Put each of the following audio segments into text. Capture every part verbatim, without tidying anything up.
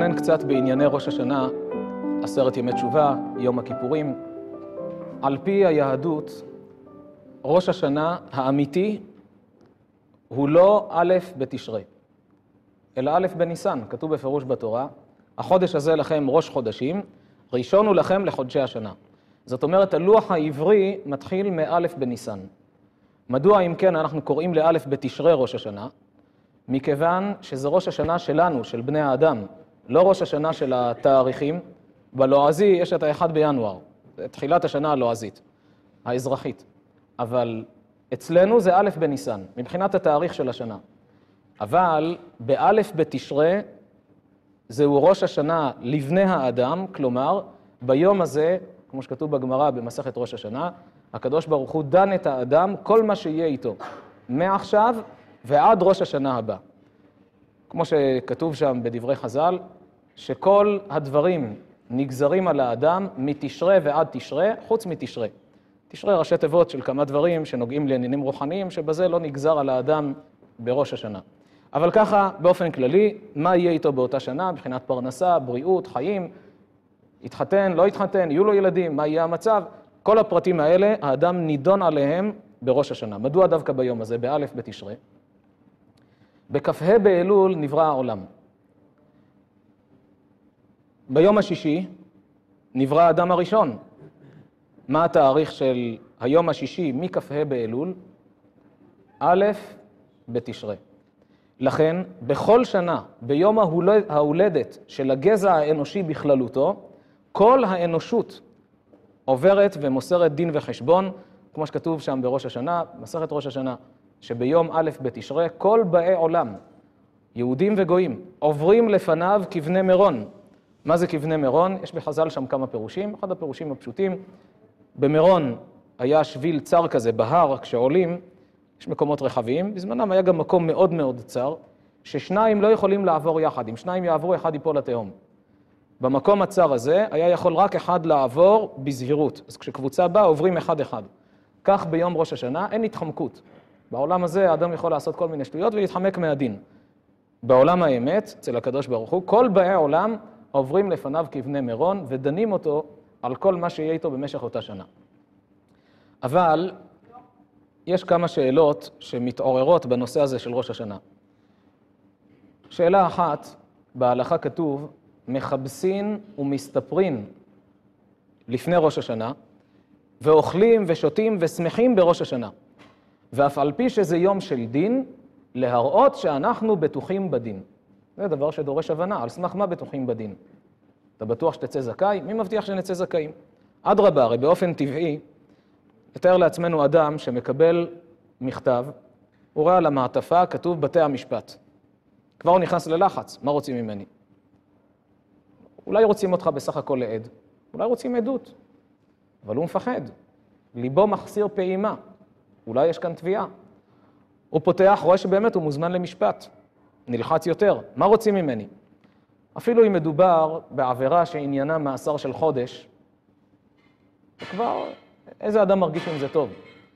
נתבונן קצת בענייני ראש השנה, עשרת ימי תשובה, יום הכיפורים. על פי היהדות, ראש השנה האמיתי הוא לא א' בתשרי, אלא א' בניסן, כתוב בפירוש בתורה. החודש הזה לכם ראש חודשים, ראשון הוא לכם לחודשי השנה. זאת אומרת, הלוח העברי מתחיל מא' בניסן. מדוע אם כן אנחנו קוראים לא' בתשרי ראש השנה? מכיוון שזה ראש השנה שלנו, של בני האדם, לא ראש השנה של התאריכים. בלועזי יש את האחד בינואר, תחילת השנה הלועזית, האזרחית. אבל אצלנו זה א' בניסן, מבחינת התאריך של השנה. אבל באלף בתשרי זהו ראש השנה לבני האדם, כלומר, ביום הזה, כמו שכתוב בגמרא במסכת ראש השנה, הקדוש ברוך הוא דן את האדם כל מה שיהיה איתו, מעכשיו ועד ראש השנה הבא. כמו שכתוב שם בדברי חז"ל, שכל הדברים נגזרים על האדם מתשרי ועד תשרי, חוץ מתשרי. תשרי ראשי תיבות של כמה דברים שנוגעים לעניינים רוחניים, שבזה לא נגזר על האדם בראש השנה. אבל ככה, באופן כללי, מה יהיה איתו באותה שנה, מבחינת פרנסה, בריאות, חיים, יתחתן, לא יתחתן, יהיו לו ילדים, מה יהיה המצב, כל הפרטים האלה, האדם נידון עליהם בראש השנה. מדוע דווקא ביום הזה, באלף בתשרי? בכ"ה באלול נברא העולם. ביום השישי נברא האדם הראשון. מה התאריך של היום השישי מכ"ה באלול? א' בתשרי. לכן, בכל שנה, ביום ההולדת של הגזע האנושי בכללותו, כל האנושות עוברת ומוסרת דין וחשבון, כמו שכתוב שם בראש השנה, מסכת ראש השנה, שביום א' בתשרי, כל באי עולם, יהודים וגויים, עוברים לפניו כבני מירון. מה זה כבני מירון? יש בחז"ל שם כמה פירושים, אחד הפירושים הפשוטים. במירון היה שביל צר כזה, בהר, כשעולים, יש מקומות רחבים, בזמנם היה גם מקום מאוד מאוד צר, ששניים לא יכולים לעבור יחד, אם שניים יעברו, אחד ייפול לתהום. במקום הצר הזה היה יכול רק אחד לעבור בזהירות, אז כשקבוצה באה עוברים אחד אחד. כך ביום ראש השנה אין התחמקות. בעולם הזה האדם יכול לעשות כל מיני שטויות ולהתחמק מהדין. בעולם האמת, אצל הקדוש ברוך הוא, כל באי עולם עוברים לפניו כבני מירון ודנים אותו על כל מה שיהיה איתו במשך אותה שנה. אבל יש כמה שאלות שמתעוררות בנושא הזה של ראש השנה. שאלה אחת, בהלכה כתוב, מחבסין ומסתפרין לפני ראש השנה, ואוכלים ושותים ושמחים בראש השנה. ואף על פי שזה יום של דין, להראות שאנחנו בטוחים בדין. זה דבר שדורש הבנה, על סמך מה בטוחים בדין. אתה בטוח שתצא זכאי? מי מבטיח שנצא זכאים? אדרבה, הרי באופן טבעי, נתאר לעצמנו אדם שמקבל מכתב, הוא רואה על המעטפה, כתוב בתי המשפט. כבר הוא נכנס ללחץ, מה רוצים ממני? אולי רוצים אותך בסך הכל לעד, אולי רוצים עדות, אבל הוא מפחד. ליבו מחסיר פעימה, אולי יש כאן תביעה. הוא פותח, רואה שבאמת הוא מוזמן למשפט, נלחץ יותר, מה רוצים ממני? אפילו אם מדובר בעבירה שעניינה מאסר של חודש, וכבר איזה אדם מרגיש עם זה טוב?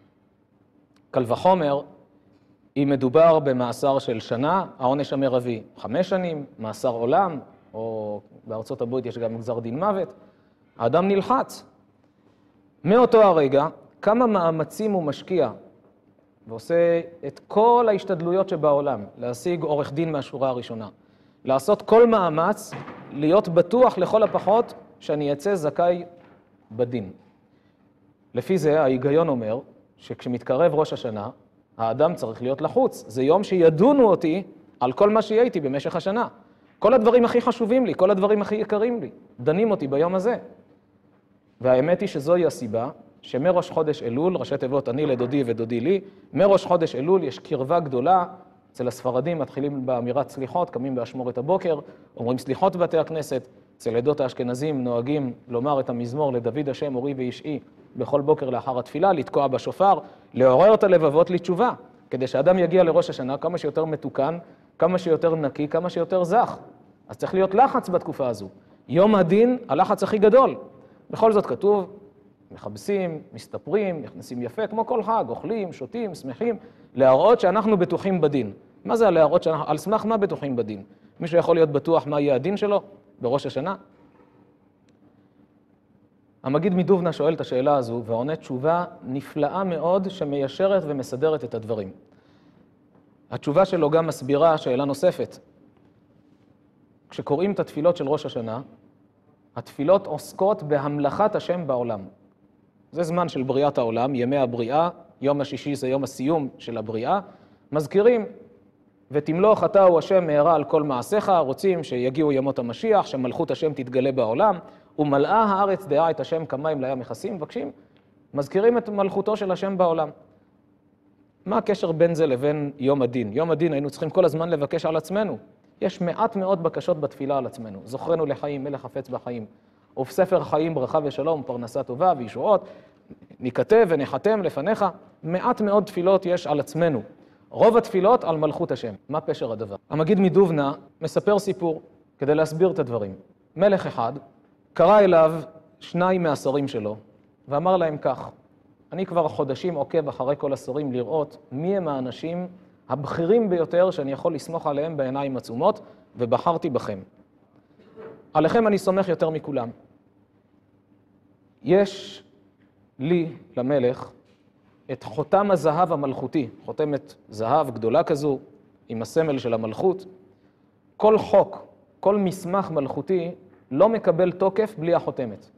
קל וחומר, אם מדובר במאסר של שנה, העונש המרבי חמש שנים, מאסר עולם, או בארצות הברית יש גם גזר דין מוות, האדם נלחץ. מאותו הרגע, כמה מאמצים הוא משקיע, ועושה את כל ההשתדלויות שבעולם, להשיג עורך דין מהשורה הראשונה, לעשות כל מאמץ, להיות בטוח לכל הפחות שאני אצא זכאי בדין. לפי זה ההיגיון אומר שכשמתקרב ראש השנה, האדם צריך להיות לחוץ. זה יום שידונו אותי על כל מה שיהיה איתי במשך השנה. כל הדברים הכי חשובים לי, כל הדברים הכי יקרים לי, דנים אותי ביום הזה. והאמת היא שזוהי הסיבה שמראש חודש אלול, ראשי תיבות אני לדודי ודודי לי, מראש חודש אלול יש קרבה גדולה. אצל הספרדים מתחילים באמירת סליחות, קמים באשמורת הבוקר, אומרים סליחות בבתי הכנסת. אצל עדות האשכנזים נוהגים לומר את המזמור לדוד השם אורי ואישי בכל בוקר לאחר התפילה, לתקוע בשופר, לעורר את הלבבות לתשובה, כדי שאדם יגיע לראש השנה כמה שיותר מתוקן, כמה שיותר נקי, כמה שיותר זך. אז צריך להיות לחץ בתקופה הזו. יום הדין, הלחץ הכי גדול. בכל זאת כתוב, מחבסים, מסתפרים, נכנסים יפה, כמו כל חג, אוכלים, שותים, שמחים, להראות שאנחנו בטוחים בדין. מה זה להראות שאנחנו, על סמך מה בטוחים בדין? מישהו יכול להיות בטוח מה יהיה הדין שלו? בראש השנה? המגיד מדובנה שואל את השאלה הזו ועונה תשובה נפלאה מאוד שמיישרת ומסדרת את הדברים. התשובה שלו גם מסבירה שאלה נוספת. כשקוראים את התפילות של ראש השנה, התפילות עוסקות בהמלכת השם בעולם. זה זמן של בריאת העולם, ימי הבריאה, יום השישי זה יום הסיום של הבריאה. מזכירים, ותמלוך אתה הוא השם מהרה על כל מעשיך, רוצים שיגיעו ימות המשיח, שמלכות השם תתגלה בעולם, ומלאה הארץ דעה את השם כמים לים מכסים, מבקשים, מזכירים את מלכותו של השם בעולם. מה הקשר בין זה לבין יום הדין? יום הדין היינו צריכים כל הזמן לבקש על עצמנו. יש מעט מאוד בקשות בתפילה על עצמנו. זוכרנו לחיים, מלך חפץ בחיים. ובספר חיים ברכה ושלום, פרנסה טובה וישועות, ניכתב ונחתם לפניך. מעט מאוד תפילות יש על עצמנו. רוב התפילות על מלכות השם. מה פשר הדבר? המגיד מדובנה מספר סיפור כדי להסביר את הדברים. מלך אחד קרא אליו שניים מהשרים שלו ואמר להם כך, אני כבר חודשים עוקב אחרי כל השרים לראות מי הם האנשים הבכירים ביותר שאני יכול לסמוך עליהם בעיניים עצומות, ובחרתי בכם. עליכם אני סומך יותר מכולם. יש לי, למלך, את חותם הזהב המלכותי, חותמת זהב גדולה כזו, עם הסמל של המלכות. כל חוק, כל מסמך מלכותי, לא מקבל תוקף בלי החותמת.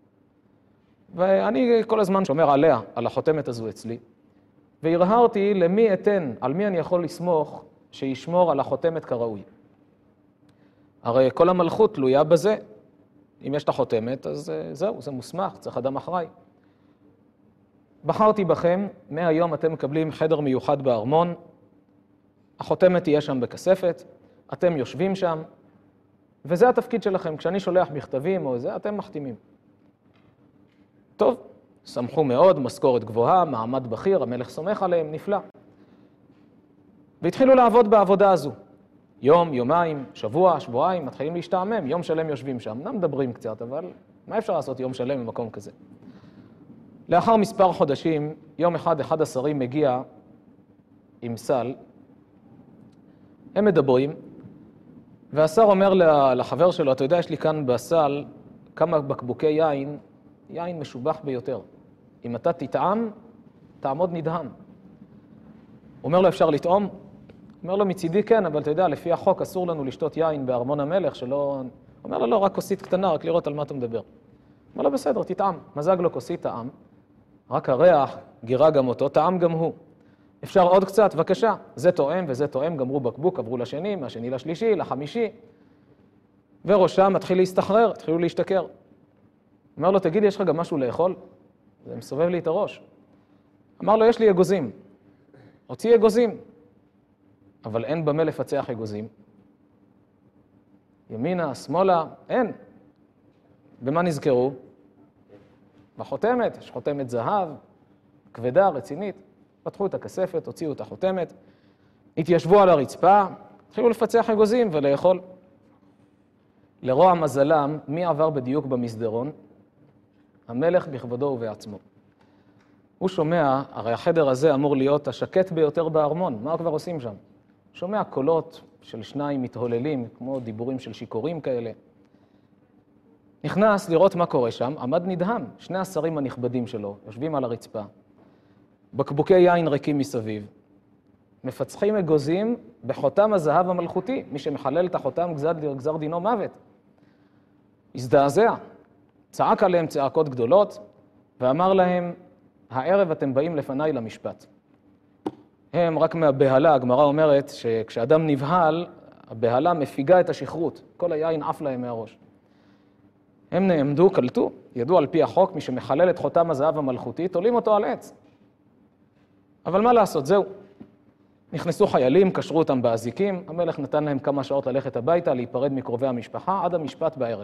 ואני כל הזמן שומר עליה, על החותמת הזו אצלי. והרהרתי למי אתן, על מי אני יכול לסמוך, שישמור על החותמת כראוי. הרי כל המלכות תלויה בזה. אם יש את החותמת, אז זהו, זה מוסמך, צריך אדם אחראי. בחרתי בכם, מהיום אתם מקבלים חדר מיוחד בארמון, החותמת תהיה שם בכספת, אתם יושבים שם, וזה התפקיד שלכם. כשאני שולח מכתבים או זה, אתם מחתימים. טוב, שמחו מאוד, משכורת גבוהה, מעמד בכיר, המלך סומך עליהם, נפלא. והתחילו לעבוד בעבודה הזו. יום, יומיים, שבוע, שבועיים, מתחילים להשתעמם, יום שלם יושבים שם. אמנם מדברים קצת, אבל מה אפשר לעשות יום שלם במקום כזה? לאחר מספר חודשים, יום אחד, אחד השרים מגיע עם סל, הם מדברים, והשר אומר לחבר שלו, אתה יודע, יש לי כאן בסל כמה בקבוקי יין, יין משובח ביותר. אם אתה תטעם, תעמוד נדהם. אומר לו, אפשר לטעום? אומר לו, מצידי כן, אבל אתה יודע, לפי החוק אסור לנו לשתות יין בארמון המלך, שלא... אומר לו, לא, רק כוסית קטנה, רק לראות על מה אתה מדבר. אומר לו, בסדר, תטעם. מזג לו כוסית, טעם. רק הריח גירה גם אותו, טעם גם הוא. אפשר עוד קצת? בבקשה. זה תואם וזה תואם, גמרו בקבוק, עברו לשני, מהשני לשלישי, לחמישי. וראשם מתחיל להסתחרר, התחילו להשתכר. אומר לו, תגיד, יש לך גם משהו לאכול? זה מסובב לי את הראש. אמר לו, יש לי אגוזים. הוציא אגוזים. אבל אין במה לפצח אגוזים. ימינה, שמאלה, אין. במה נזכרו? בחותמת, יש חותמת זהב, כבדה, רצינית. פתחו את הכספת, הוציאו את החותמת, התיישבו על הרצפה, התחילו לפצח אגוזים ולאכול. לרוע מזלם, מי עבר בדיוק במסדרון? המלך בכבודו ובעצמו. הוא שומע, הרי החדר הזה אמור להיות השקט ביותר בארמון, מה כבר עושים שם? שומע קולות של שניים מתהוללים, כמו דיבורים של שיכורים כאלה. נכנס לראות מה קורה שם, עמד נדהם, שני השרים הנכבדים שלו, יושבים על הרצפה, בקבוקי יין ריקים מסביב, מפצחים אגוזים בחותם הזהב המלכותי, מי שמחלל את החותם גזר, גזר דינו מוות. הזדעזע, צעק עליהם צעקות גדולות, ואמר להם, הערב אתם באים לפניי למשפט. הם רק מהבהלה, הגמרא אומרת שכשאדם נבהל, הבהלה מפיגה את השכרות, כל היין עף להם מהראש. הם נעמדו, קלטו, ידעו על פי החוק, מי שמחלל את חותם הזהב המלכותי, תולים אותו על עץ. אבל מה לעשות, זהו. נכנסו חיילים, קשרו אותם באזיקים, המלך נתן להם כמה שעות ללכת הביתה, להיפרד מקרובי המשפחה, עד המשפט בערב.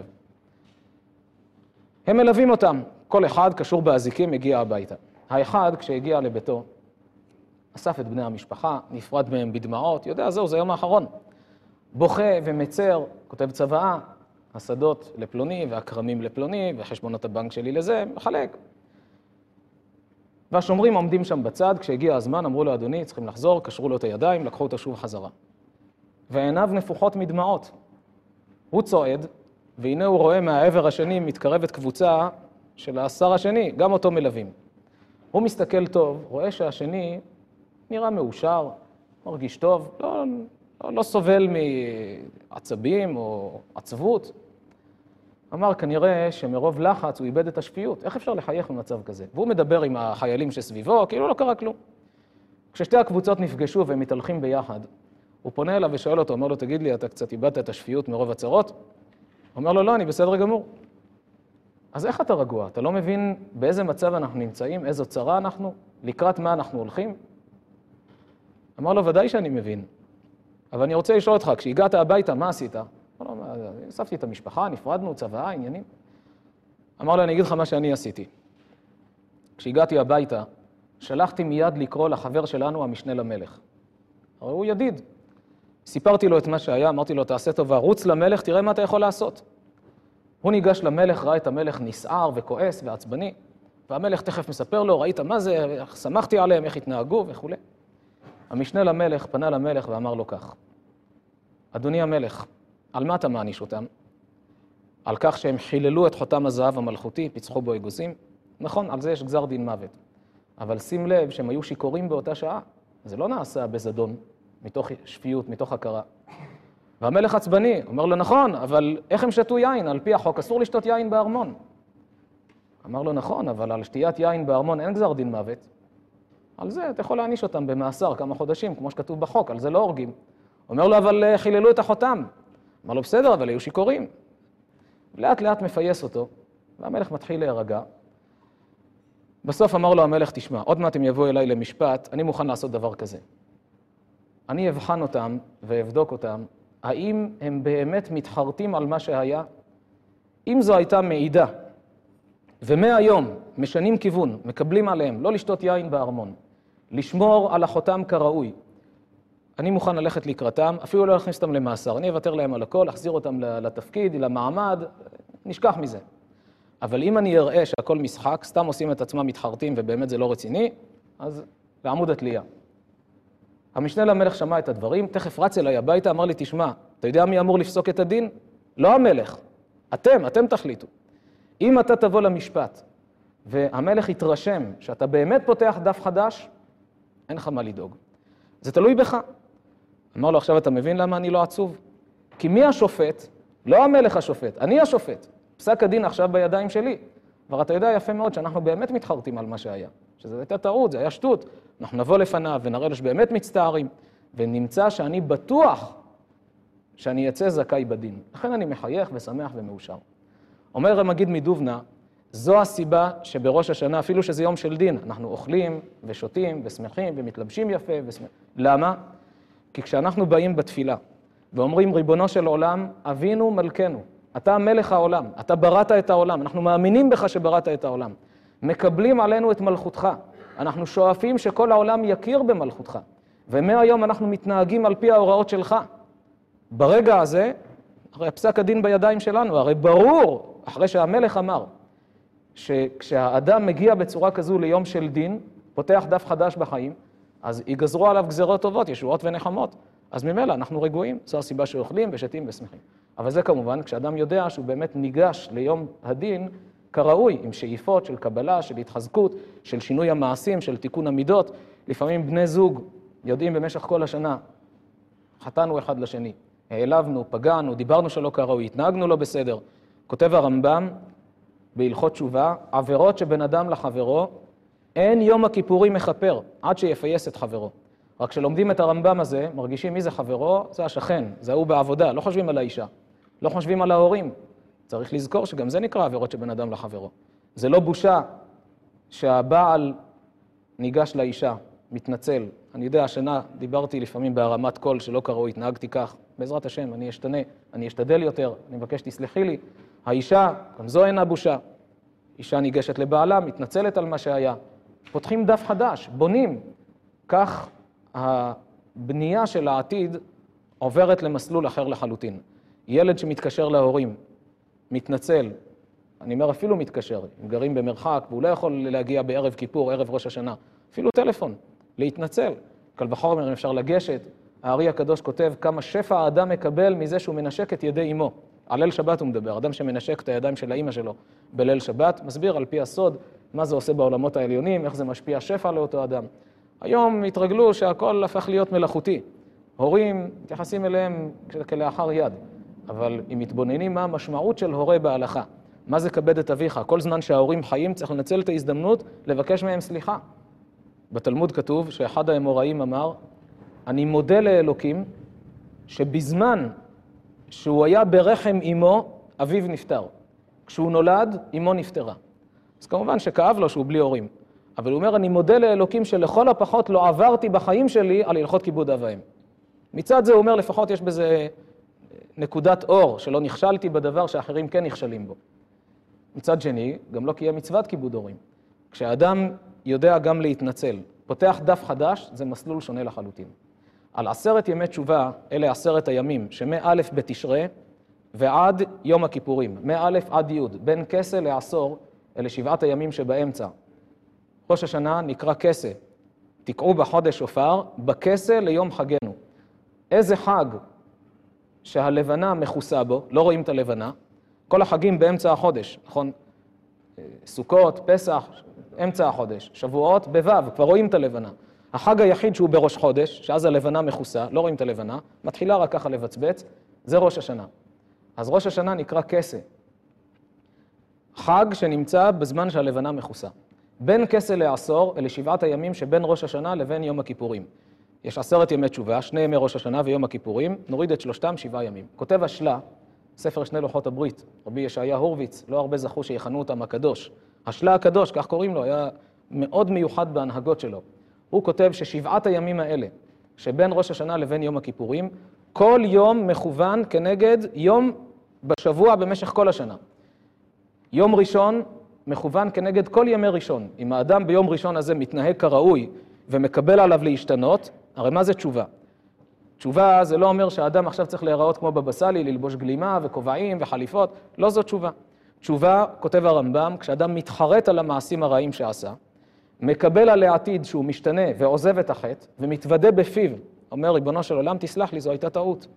הם מלווים אותם, כל אחד קשור באזיקים, הגיע הביתה. האחד, כשהגיע לביתו, אסף את בני המשפחה, נפרד מהם בדמעות, יודע, זהו, זה יום האחרון. בוכה ומצר, כותב צוואה, השדות לפלוני והקרמים לפלוני, וחשבונות הבנק שלי לזה, מחלק. והשומרים עומדים שם בצד, כשהגיע הזמן, אמרו לו, אדוני, צריכים לחזור, קשרו לו את הידיים, לקחו אותו שוב חזרה. ועיניו נפוחות מדמעות. הוא צועד, והנה הוא רואה מהעבר השני מתקרבת קבוצה של העשר השני, גם אותו מלווים. הוא מסתכל טוב, רואה שהשני נראה מאושר, מרגיש טוב, לא, לא, לא סובל מעצבים או עצבות. אמר כנראה שמרוב לחץ הוא איבד את השפיות. איך אפשר לחייך במצב כזה? והוא מדבר עם החיילים שסביבו, כאילו לא קרה כלום. כששתי הקבוצות נפגשו והם מתהלכים ביחד, הוא פונה אליו ושואל אותו, אומר לו, תגיד לי, אתה קצת איבדת את השפיות מרוב הצרות? הוא אומר לו, לא, אני בסדר גמור. אז איך אתה רגוע? אתה לא מבין באיזה מצב אנחנו נמצאים, איזו צרה אנחנו, לקראת מה אנחנו הולכים? אמר לו, ודאי שאני מבין. אבל אני רוצה לשאול אותך, כשהגעת הביתה, מה עשית? אמר לו, אספתי את המשפחה, נפרדנו, צוואה, עניינים. אמר לו, אני אגיד לך מה שאני עשיתי. כשהגעתי הביתה, שלחתי מיד לקרוא לחבר שלנו, המשנה למלך. הרי הוא ידיד. סיפרתי לו את מה שהיה, אמרתי לו, תעשה טובה, רוץ למלך, תראה מה אתה יכול לעשות. הוא ניגש למלך, ראה את המלך נסער וכועס ועצבני, והמלך תכף מספר לו, ראית מה זה, איך שמחתי עליהם, איך התנהגו וכו'. המשנה למלך פנה למלך ואמר לו כך, אדוני המלך, על מה אתה מעניש אותם? על כך שהם חיללו את חותם הזהב המלכותי, פיצחו בו אגוזים? נכון, על זה יש גזר דין מוות. אבל שים לב שהם היו שיכורים באותה שעה. זה לא נעשה בזדון, מתוך שפיות, מתוך הכרה. והמלך עצבני, אומר לו, נכון, אבל איך הם שתו יין? על פי החוק אסור לשתות יין בארמון. אמר לו, נכון, אבל על שתיית יין בארמון אין גזר דין מוות. על זה אתה יכול להעניש אותם במאסר כמה חודשים, כמו שכתוב בחוק, על זה לא הורגים. אומר לו, אבל חיללו את החותם. אמר לו, בסדר, אבל היו שיכורים. לאט לאט מפייס אותו, והמלך מתחיל להירגע. בסוף אמר לו המלך, תשמע, עוד מעט הם יבואו אליי למשפט, אני מוכן לעשות דבר כזה. אני אבחן אותם ואבדוק אותם, האם הם באמת מתחרטים על מה שהיה? אם זו הייתה מעידה, ומהיום משנים כיוון, מקבלים עליהם, לא לשתות יין בארמון, לשמור על החותם כראוי, אני מוכן ללכת לקראתם, אפילו לא להכניס אותם למאסר, אני אוותר להם על הכל, אחזיר אותם לתפקיד, למעמד, נשכח מזה. אבל אם אני אראה שהכל משחק, סתם עושים את עצמם מתחרטים ובאמת זה לא רציני, אז בעמוד התלייה. המשנה למלך שמע את הדברים, תכף רץ אליי הביתה, אמר לי, תשמע, אתה יודע מי אמור לפסוק את הדין? לא המלך, אתם, אתם תחליטו. אם אתה תבוא למשפט והמלך יתרשם שאתה באמת פותח דף חדש, אין לך מה לדאוג. זה תלוי בך. אמר לו, עכשיו אתה מבין למה אני לא עצוב? כי מי השופט? לא המלך השופט, אני השופט. פסק הדין עכשיו בידיים שלי. כבר אתה יודע יפה מאוד שאנחנו באמת מתחרטים על מה שהיה. שזה הייתה טעות, זה היה שטות. אנחנו נבוא לפניו ונראה לו שבאמת מצטערים, ונמצא שאני בטוח שאני אצא זכאי בדין. לכן אני מחייך ושמח ומאושר. אומר המגיד מדובנה, זו הסיבה שבראש השנה, אפילו שזה יום של דין, אנחנו אוכלים ושותים ושמחים ומתלבשים יפה. ושמח... למה? כי כשאנחנו באים בתפילה ואומרים ריבונו של עולם, אבינו מלכנו, אתה מלך העולם, אתה בראת את העולם, אנחנו מאמינים בך שבראת את העולם, מקבלים עלינו את מלכותך, אנחנו שואפים שכל העולם יכיר במלכותך, ומהיום אנחנו מתנהגים על פי ההוראות שלך. ברגע הזה, הרי פסק הדין בידיים שלנו, הרי ברור, אחרי שהמלך אמר, שכשהאדם מגיע בצורה כזו ליום של דין, פותח דף חדש בחיים, אז ייגזרו עליו גזרות טובות, ישועות ונחמות. אז ממילא אנחנו רגועים, זו הסיבה שאוכלים ושתים ושמחים. אבל זה כמובן כשאדם יודע שהוא באמת ניגש ליום הדין כראוי, עם שאיפות של קבלה, של התחזקות, של שינוי המעשים, של תיקון המידות. לפעמים בני זוג יודעים במשך כל השנה, חטאנו אחד לשני, העלבנו, פגענו, דיברנו שלא כראוי, התנהגנו לא בסדר. כותב הרמב"ם בהלכות תשובה, עבירות שבין אדם לחברו, אין יום הכיפורים מכפר עד שיפייס את חברו. רק כשלומדים את הרמב"ם הזה, מרגישים מי זה חברו, זה השכן, זה הוא בעבודה, לא חושבים על האישה, לא חושבים על ההורים. צריך לזכור שגם זה נקרא עבירות שבין אדם לחברו. זה לא בושה שהבעל ניגש לאישה, מתנצל. אני יודע, השנה דיברתי לפעמים בהרמת קול שלא קראו, התנהגתי כך. בעזרת השם, אני אשתנה, אני אשתדל יותר, אני מבקש תסלחי לי. האישה, גם זו אינה בושה. אישה ניגשת לבעלה, מתנצלת על מה שהיה. פותחים דף חדש, בונים. כך הבנייה של העתיד עוברת למסלול אחר לחלוטין. ילד שמתקשר להורים, מתנצל, אני אומר אפילו מתקשר, הם גרים במרחק, והוא לא יכול להגיע בערב כיפור, ערב ראש השנה, אפילו טלפון, להתנצל. קל וחומר אם אפשר לגשת, הארי הקדוש כותב כמה שפע האדם מקבל מזה שהוא מנשק את ידי אמו. על ליל שבת הוא מדבר, אדם שמנשק את הידיים של האמא שלו בליל שבת, מסביר על פי הסוד מה זה עושה בעולמות העליונים, איך זה משפיע שפע לאותו אדם. היום התרגלו שהכל הפך להיות מלאכותי. הורים מתייחסים אליהם כלאחר יד, אבל אם מתבוננים מה המשמעות של הורה בהלכה, מה זה כבד את אביך, כל זמן שההורים חיים צריך לנצל את ההזדמנות לבקש מהם סליחה. בתלמוד כתוב שאחד האמוראים אמר, אני מודה לאלוקים שבזמן שהוא היה ברחם אמו, אביו נפטר. כשהוא נולד, אמו נפטרה. אז כמובן שכאב לו שהוא בלי הורים. אבל הוא אומר, אני מודה לאלוקים שלכל הפחות לא עברתי בחיים שלי על הלכות כיבוד אב ואם. מצד זה הוא אומר, לפחות יש בזה נקודת אור, שלא נכשלתי בדבר שאחרים כן נכשלים בו. מצד שני, גם לא קיים מצוות כיבוד הורים. כשאדם יודע גם להתנצל, פותח דף חדש, זה מסלול שונה לחלוטין. על עשרת ימי תשובה, אלה עשרת הימים, שמא' בתשרי ועד יום הכיפורים, מא' עד י', בין כסה לעשור, אלה שבעת הימים שבאמצע. ראש השנה נקרא כסה, תקעו בחודש שופר, בכסה ליום חגנו. איזה חג שהלבנה מכוסה בו, לא רואים את הלבנה, כל החגים באמצע החודש, נכון? סוכות, פסח, אמצע החודש, שבועות, בו', כבר רואים את הלבנה. החג היחיד שהוא בראש חודש, שאז הלבנה מכוסה, לא רואים את הלבנה, מתחילה רק ככה לבצבץ, זה ראש השנה. אז ראש השנה נקרא כסה. חג שנמצא בזמן שהלבנה מכוסה. בין כסה לעשור, אלה שבעת הימים שבין ראש השנה לבין יום הכיפורים. יש עשרת ימי תשובה, שני ימי ראש השנה ויום הכיפורים, נוריד את שלושתם שבעה ימים. כותב השלה, ספר שני לוחות הברית, רבי ישעיה הורוביץ, לא הרבה זכו שיכנו אותם הקדוש. השלה הקדוש, כך קוראים לו, היה מאוד מיוחד בהנהגות שלו. הוא כותב ששבעת הימים האלה, שבין ראש השנה לבין יום הכיפורים, כל יום מכוון כנגד יום בשבוע במשך כל השנה. יום ראשון מכוון כנגד כל ימי ראשון. אם האדם ביום ראשון הזה מתנהג כראוי ומקבל עליו להשתנות, הרי מה זה תשובה? תשובה זה לא אומר שהאדם עכשיו צריך להיראות כמו בבא סאלי, ללבוש גלימה וכובעים וחליפות, לא זאת תשובה. תשובה, כותב הרמב"ם, כשאדם מתחרט על המעשים הרעים שעשה, מקבל על העתיד שהוא משתנה ועוזב את החטא, ומתוודה בפיו, אומר ריבונו של עולם, תסלח לי, זו הייתה טעות.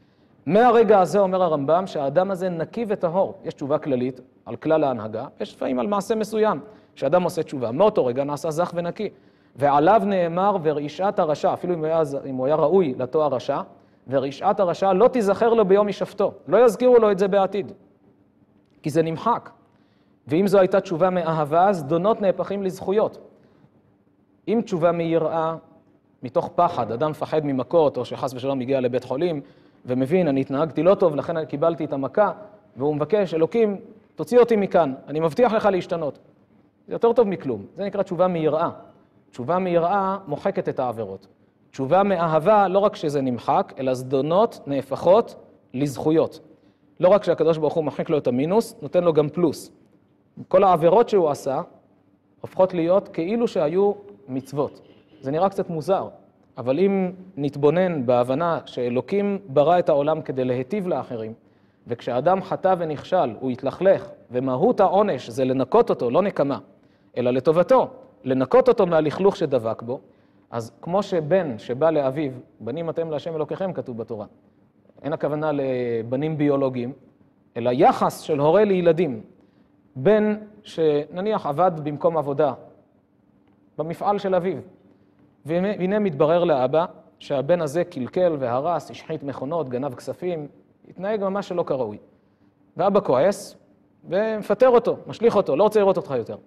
מהרגע הזה אומר הרמב"ם שהאדם הזה נקי וטהור. יש תשובה כללית על כלל ההנהגה, יש לפעמים על מעשה מסוים, שאדם עושה תשובה. מאותו רגע נעשה זך ונקי. ועליו נאמר ורשעת הרשע, אפילו אם הוא היה, אם הוא היה ראוי לתואר רשע, ורשעת הרשע לא תיזכר לו ביום משפטו, לא יזכירו לו את זה בעתיד, כי זה נמחק. ואם זו הייתה תשובה מאהבה, זדונות נהפכים לזכויות. אם תשובה מיראה, מתוך פחד, אדם מפחד ממכות, או שחס ושלום הגיע לבית חולים, ומבין, אני התנהגתי לא טוב, לכן קיבלתי את המכה, והוא מבקש, אלוקים, תוציא אותי מכאן, אני מבטיח לך להשתנות. זה יותר טוב מכלום, זה נקרא תשובה מיראה. תשובה מיראה מוחקת את העבירות. תשובה מאהבה, לא רק שזה נמחק, אלא זדונות נהפכות לזכויות. לא רק שהקדוש ברוך הוא מוחק לו את המינוס, נותן לו גם פלוס. כל העבירות שהוא עשה, הופכות להיות כאילו שהיו מצוות. זה נראה קצת מוזר, אבל אם נתבונן בהבנה שאלוקים ברא את העולם כדי להיטיב לאחרים, וכשאדם חטא ונכשל, הוא יתלכלך, ומהות העונש זה לנקות אותו, לא נקמה, אלא לטובתו, לנקות אותו מהלכלוך שדבק בו, אז כמו שבן שבא לאביו, בנים אתם להשם אלוקיכם, כתוב בתורה. אין הכוונה לבנים ביולוגיים, אלא יחס של הורה לילדים. בן שנניח עבד במקום עבודה, במפעל של אביו, והנה מתברר לאבא שהבן הזה קלקל והרס, השחית מכונות, גנב כספים, התנהג ממש שלא כראוי. ואבא כועס ומפטר אותו, משליך אותו, לא רוצה לראות אותך יותר.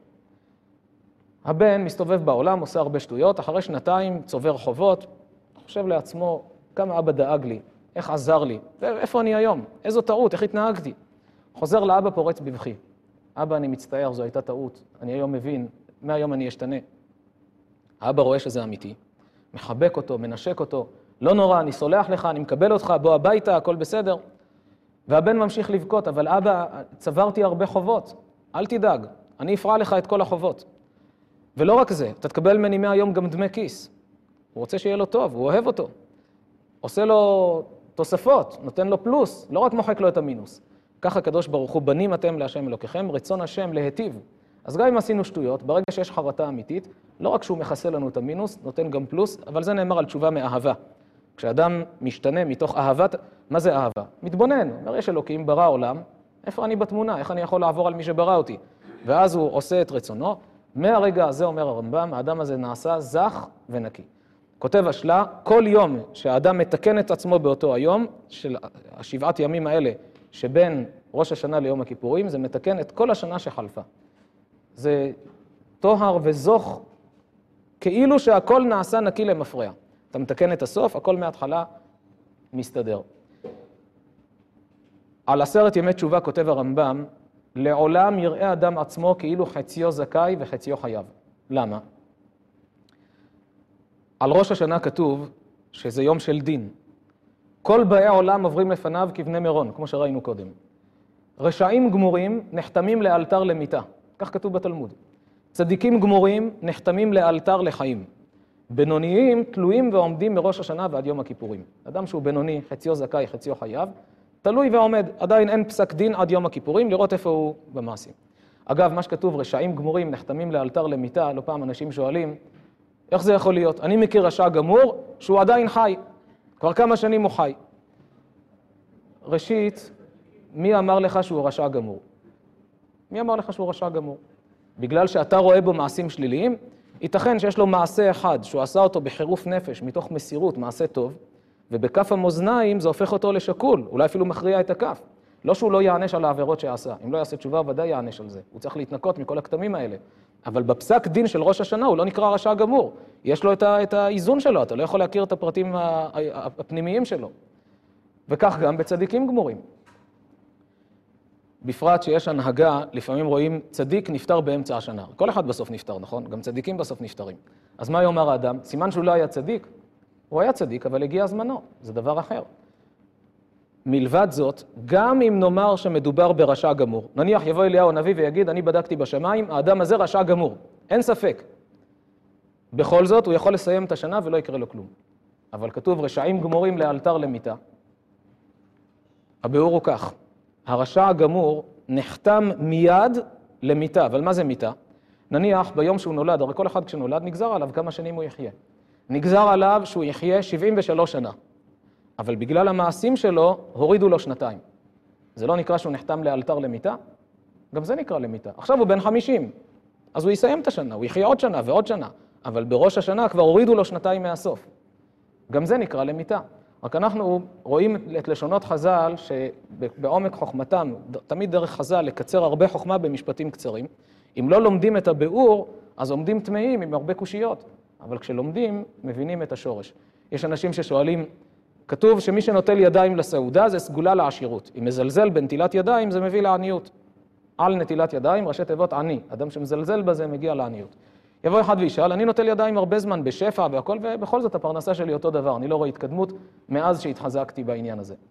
הבן מסתובב בעולם, עושה הרבה שטויות, אחרי שנתיים צובר חובות, חושב לעצמו, כמה אבא דאג לי, איך עזר לי, ואיפה אני היום, איזו טעות, איך התנהגתי. חוזר לאבא פורץ בבכי. אבא, אני מצטער, זו הייתה טעות, אני היום מבין, מהיום אני אשתנה. האבא רואה שזה אמיתי, מחבק אותו, מנשק אותו, לא נורא, אני סולח לך, אני מקבל אותך, בוא הביתה, הכל בסדר. והבן ממשיך לבכות, אבל אבא, צברתי הרבה חובות, אל תדאג, אני אפרע לך את כל החובות. ולא רק זה, אתה תקבל ממני מהיום גם דמי כיס. הוא רוצה שיהיה לו טוב, הוא אוהב אותו. עושה לו תוספות, נותן לו פלוס, לא רק מוחק לו את המינוס. ככה הקדוש ברוך הוא, בנים אתם להשם אלוקיכם, רצון השם להיטיב. אז גם אם עשינו שטויות, ברגע שיש חרטה אמיתית, לא רק שהוא מכסה לנו את המינוס, נותן גם פלוס, אבל זה נאמר על תשובה מאהבה. כשאדם משתנה מתוך אהבת, מה זה אהבה? מתבונן, אומר, יש אלוקים, ברא עולם, איפה אני בתמונה? איך אני יכול לעבור על מי שברא אותי? ואז הוא עושה את רצונו. מהרגע הזה, אומר הרמב"ם, האדם הזה נעשה זך ונקי. כותב השלה, כל יום שהאדם מתקן את עצמו באותו היום, של השבעת ימים האלה, שבין ראש השנה ליום הכיפורים, זה מתקן את כל השנה שחלפה. זה טוהר וזוך, כאילו שהכל נעשה נקי למפרע. אתה מתקן את הסוף, הכל מההתחלה מסתדר. על עשרת ימי תשובה כותב הרמב"ם, לעולם יראה אדם עצמו כאילו חציו זכאי וחציו חייב. למה? על ראש השנה כתוב שזה יום של דין. כל באי העולם עוברים לפניו כבני מירון, כמו שראינו קודם. רשעים גמורים נחתמים לאלתר למיתה, כך כתוב בתלמוד. צדיקים גמורים נחתמים לאלתר לחיים. בינוניים תלויים ועומדים מראש השנה ועד יום הכיפורים. אדם שהוא בינוני, חציו זכאי, חציו חייב, תלוי ועומד, עדיין אין פסק דין עד יום הכיפורים, לראות איפה הוא במעשים. אגב, מה שכתוב, רשעים גמורים נחתמים לאלתר למיתה, לא פעם אנשים שואלים, איך זה יכול להיות? אני מכיר רשע גמור שהוא עדיין חי, כבר כמה שנים הוא חי. ראשית, מי אמר לך שהוא רשע גמור? מי אמר לך שהוא רשע גמור? בגלל שאתה רואה בו מעשים שליליים, ייתכן שיש לו מעשה אחד, שהוא עשה אותו בחירוף נפש, מתוך מסירות, מעשה טוב, ובכף המאזניים זה הופך אותו לשקול, אולי אפילו מכריע את הכף. לא שהוא לא יענש על העבירות שעשה, אם לא יעשה תשובה ודאי יענש על זה, הוא צריך להתנקות מכל הכתמים האלה. אבל בפסק דין של ראש השנה הוא לא נקרא רשע גמור, יש לו את, ה, את האיזון שלו, אתה לא יכול להכיר את הפרטים הפנימיים שלו. וכך גם בצדיקים גמורים. בפרט שיש הנהגה, לפעמים רואים צדיק נפטר באמצע השנה. כל אחד בסוף נפטר, נכון? גם צדיקים בסוף נפטרים. אז מה יאמר האדם? סימן שהוא לא היה צדיק. הוא היה צדיק, אבל הגיע זמנו. זה דבר אחר. מלבד זאת, גם אם נאמר שמדובר ברשע גמור, נניח יבוא אליהו הנביא ויגיד, אני בדקתי בשמיים, האדם הזה רשע גמור. אין ספק. בכל זאת, הוא יכול לסיים את השנה ולא יקרה לו כלום. אבל כתוב, רשעים גמורים לאלתר למיתה. הביאור הוא כך. הרשע הגמור נחתם מיד למיתה, אבל מה זה מיתה? נניח ביום שהוא נולד, הרי כל אחד כשנולד נגזר עליו כמה שנים הוא יחיה. נגזר עליו שהוא יחיה שבעים ושלוש שנה, אבל בגלל המעשים שלו הורידו לו שנתיים. זה לא נקרא שהוא נחתם לאלתר למיתה? גם זה נקרא למיתה. עכשיו הוא בן חמישים, אז הוא יסיים את השנה, הוא יחיה עוד שנה ועוד שנה, אבל בראש השנה כבר הורידו לו שנתיים מהסוף. גם זה נקרא למיתה. רק אנחנו רואים את לשונות חז"ל שבעומק חוכמתם, תמיד דרך חז"ל לקצר הרבה חוכמה במשפטים קצרים. אם לא לומדים את הביאור, אז עומדים טמאים עם הרבה קושיות, אבל כשלומדים, מבינים את השורש. יש אנשים ששואלים, כתוב שמי שנוטל ידיים לסעודה זה סגולה לעשירות. אם מזלזל בנטילת ידיים זה מביא לעניות. על נטילת ידיים, ראשי תיבות עני. אדם שמזלזל בזה מגיע לעניות. יבוא אחד וישאל, אני נוטל ידיים הרבה זמן בשפע והכל, ובכל זאת הפרנסה שלי אותו דבר, אני לא רואה התקדמות מאז שהתחזקתי בעניין הזה.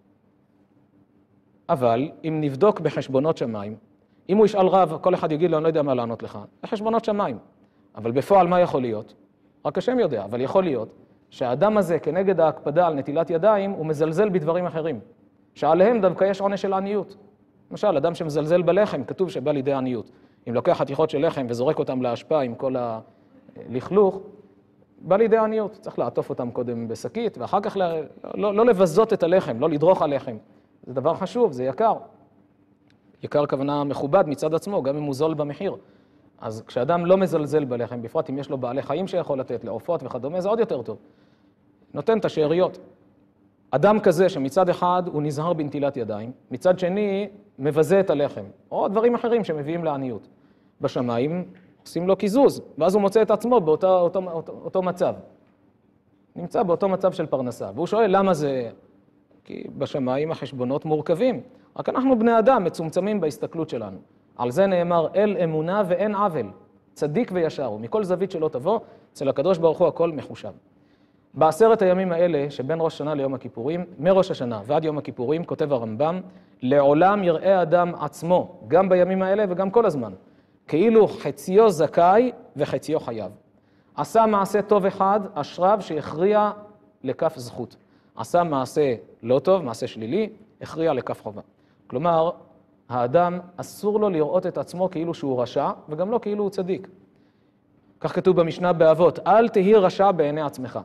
אבל אם נבדוק בחשבונות שמיים, אם הוא ישאל רב, כל אחד יגיד לו, אני לא יודע מה לענות לך, בחשבונות שמיים. אבל בפועל מה יכול להיות? רק השם יודע, אבל יכול להיות שהאדם הזה כנגד ההקפדה על נטילת ידיים, הוא מזלזל בדברים אחרים, שעליהם דווקא יש עונש של עניות. למשל, אדם שמזלזל בלחם, כתוב שבא לידי עניות. אם לוקח חתיכות של לחם וזורק אותם להשפעה עם כל הלכלוך, בא לידי עניות. צריך לעטוף אותם קודם בשקית, ואחר כך לא, לא, לא לבזות את הלחם, לא לדרוך על לחם. זה דבר חשוב, זה יקר. יקר כוונה מכובד מצד עצמו, גם אם הוא זול במחיר. אז כשאדם לא מזלזל בלחם, בפרט אם יש לו בעלי חיים שיכול לתת, לעופות וכדומה, זה עוד יותר טוב. נותן את השאריות. אדם כזה שמצד אחד הוא נזהר בנטילת ידיים, מצד שני מבזה את הלחם, או דברים אחרים שמביאים לעניות. בשמיים עושים לו קיזוז, ואז הוא מוצא את עצמו באותו אותו, אותו, אותו מצב. נמצא באותו מצב של פרנסה, והוא שואל למה זה... כי בשמיים החשבונות מורכבים, רק אנחנו בני אדם מצומצמים בהסתכלות שלנו. על זה נאמר אל אמונה ואין עוול, צדיק וישר, ומכל זווית שלא תבוא, אצל הקדוש ברוך הוא הכל מחושב. בעשרת הימים האלה שבין ראש השנה ליום הכיפורים, מראש השנה ועד יום הכיפורים, כותב הרמב"ם, לעולם יראה אדם עצמו, גם בימים האלה וגם כל הזמן, כאילו חציו זכאי וחציו חייב. עשה מעשה טוב אחד, אשריו שהכריע לכף זכות. עשה מעשה לא טוב, מעשה שלילי, הכריע לכף חובה. כלומר, האדם אסור לו לראות את עצמו כאילו שהוא רשע, וגם לא כאילו הוא צדיק. כך כתוב במשנה באבות, אל תהי רשע בעיני עצמך.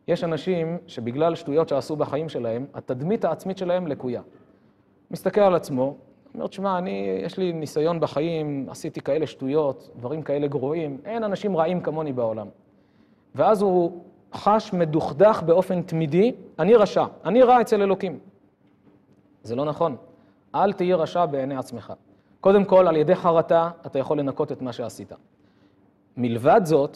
יש אנשים שבגלל שטויות שעשו בחיים שלהם, התדמית העצמית שלהם לקויה. מסתכל על עצמו, אומר, תשמע, אני, יש לי ניסיון בחיים, עשיתי כאלה שטויות, דברים כאלה גרועים, אין אנשים רעים כמוני בעולם. ואז הוא חש מדוכדך באופן תמידי, אני רשע, אני רע אצל אלוקים. זה לא נכון. אל תהיה רשע בעיני עצמך. קודם כל, על ידי חרטה, אתה יכול לנקות את מה שעשית. מלבד זאת,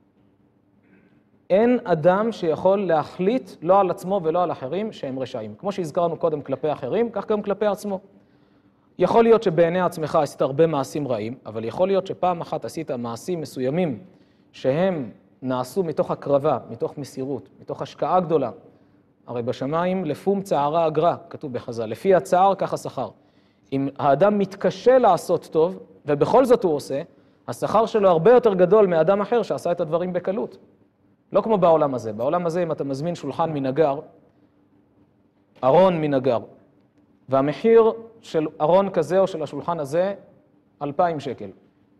אין אדם שיכול להחליט לא על עצמו ולא על אחרים שהם רשעים. כמו שהזכרנו קודם כלפי אחרים, כך גם כלפי עצמו. יכול להיות שבעיני עצמך עשית הרבה מעשים רעים, אבל יכול להיות שפעם אחת עשית מעשים מסוימים שהם נעשו מתוך הקרבה, מתוך מסירות, מתוך השקעה גדולה. הרי בשמיים לפום צערה אגרה, כתוב בחז"ל, לפי הצער כך השכר. אם האדם מתקשה לעשות טוב, ובכל זאת הוא עושה, השכר שלו הרבה יותר גדול מאדם אחר שעשה את הדברים בקלות. לא כמו בעולם הזה. בעולם הזה, אם אתה מזמין שולחן מנגר, ארון מנגר, והמחיר של ארון כזה או של השולחן הזה, אלפיים שקל.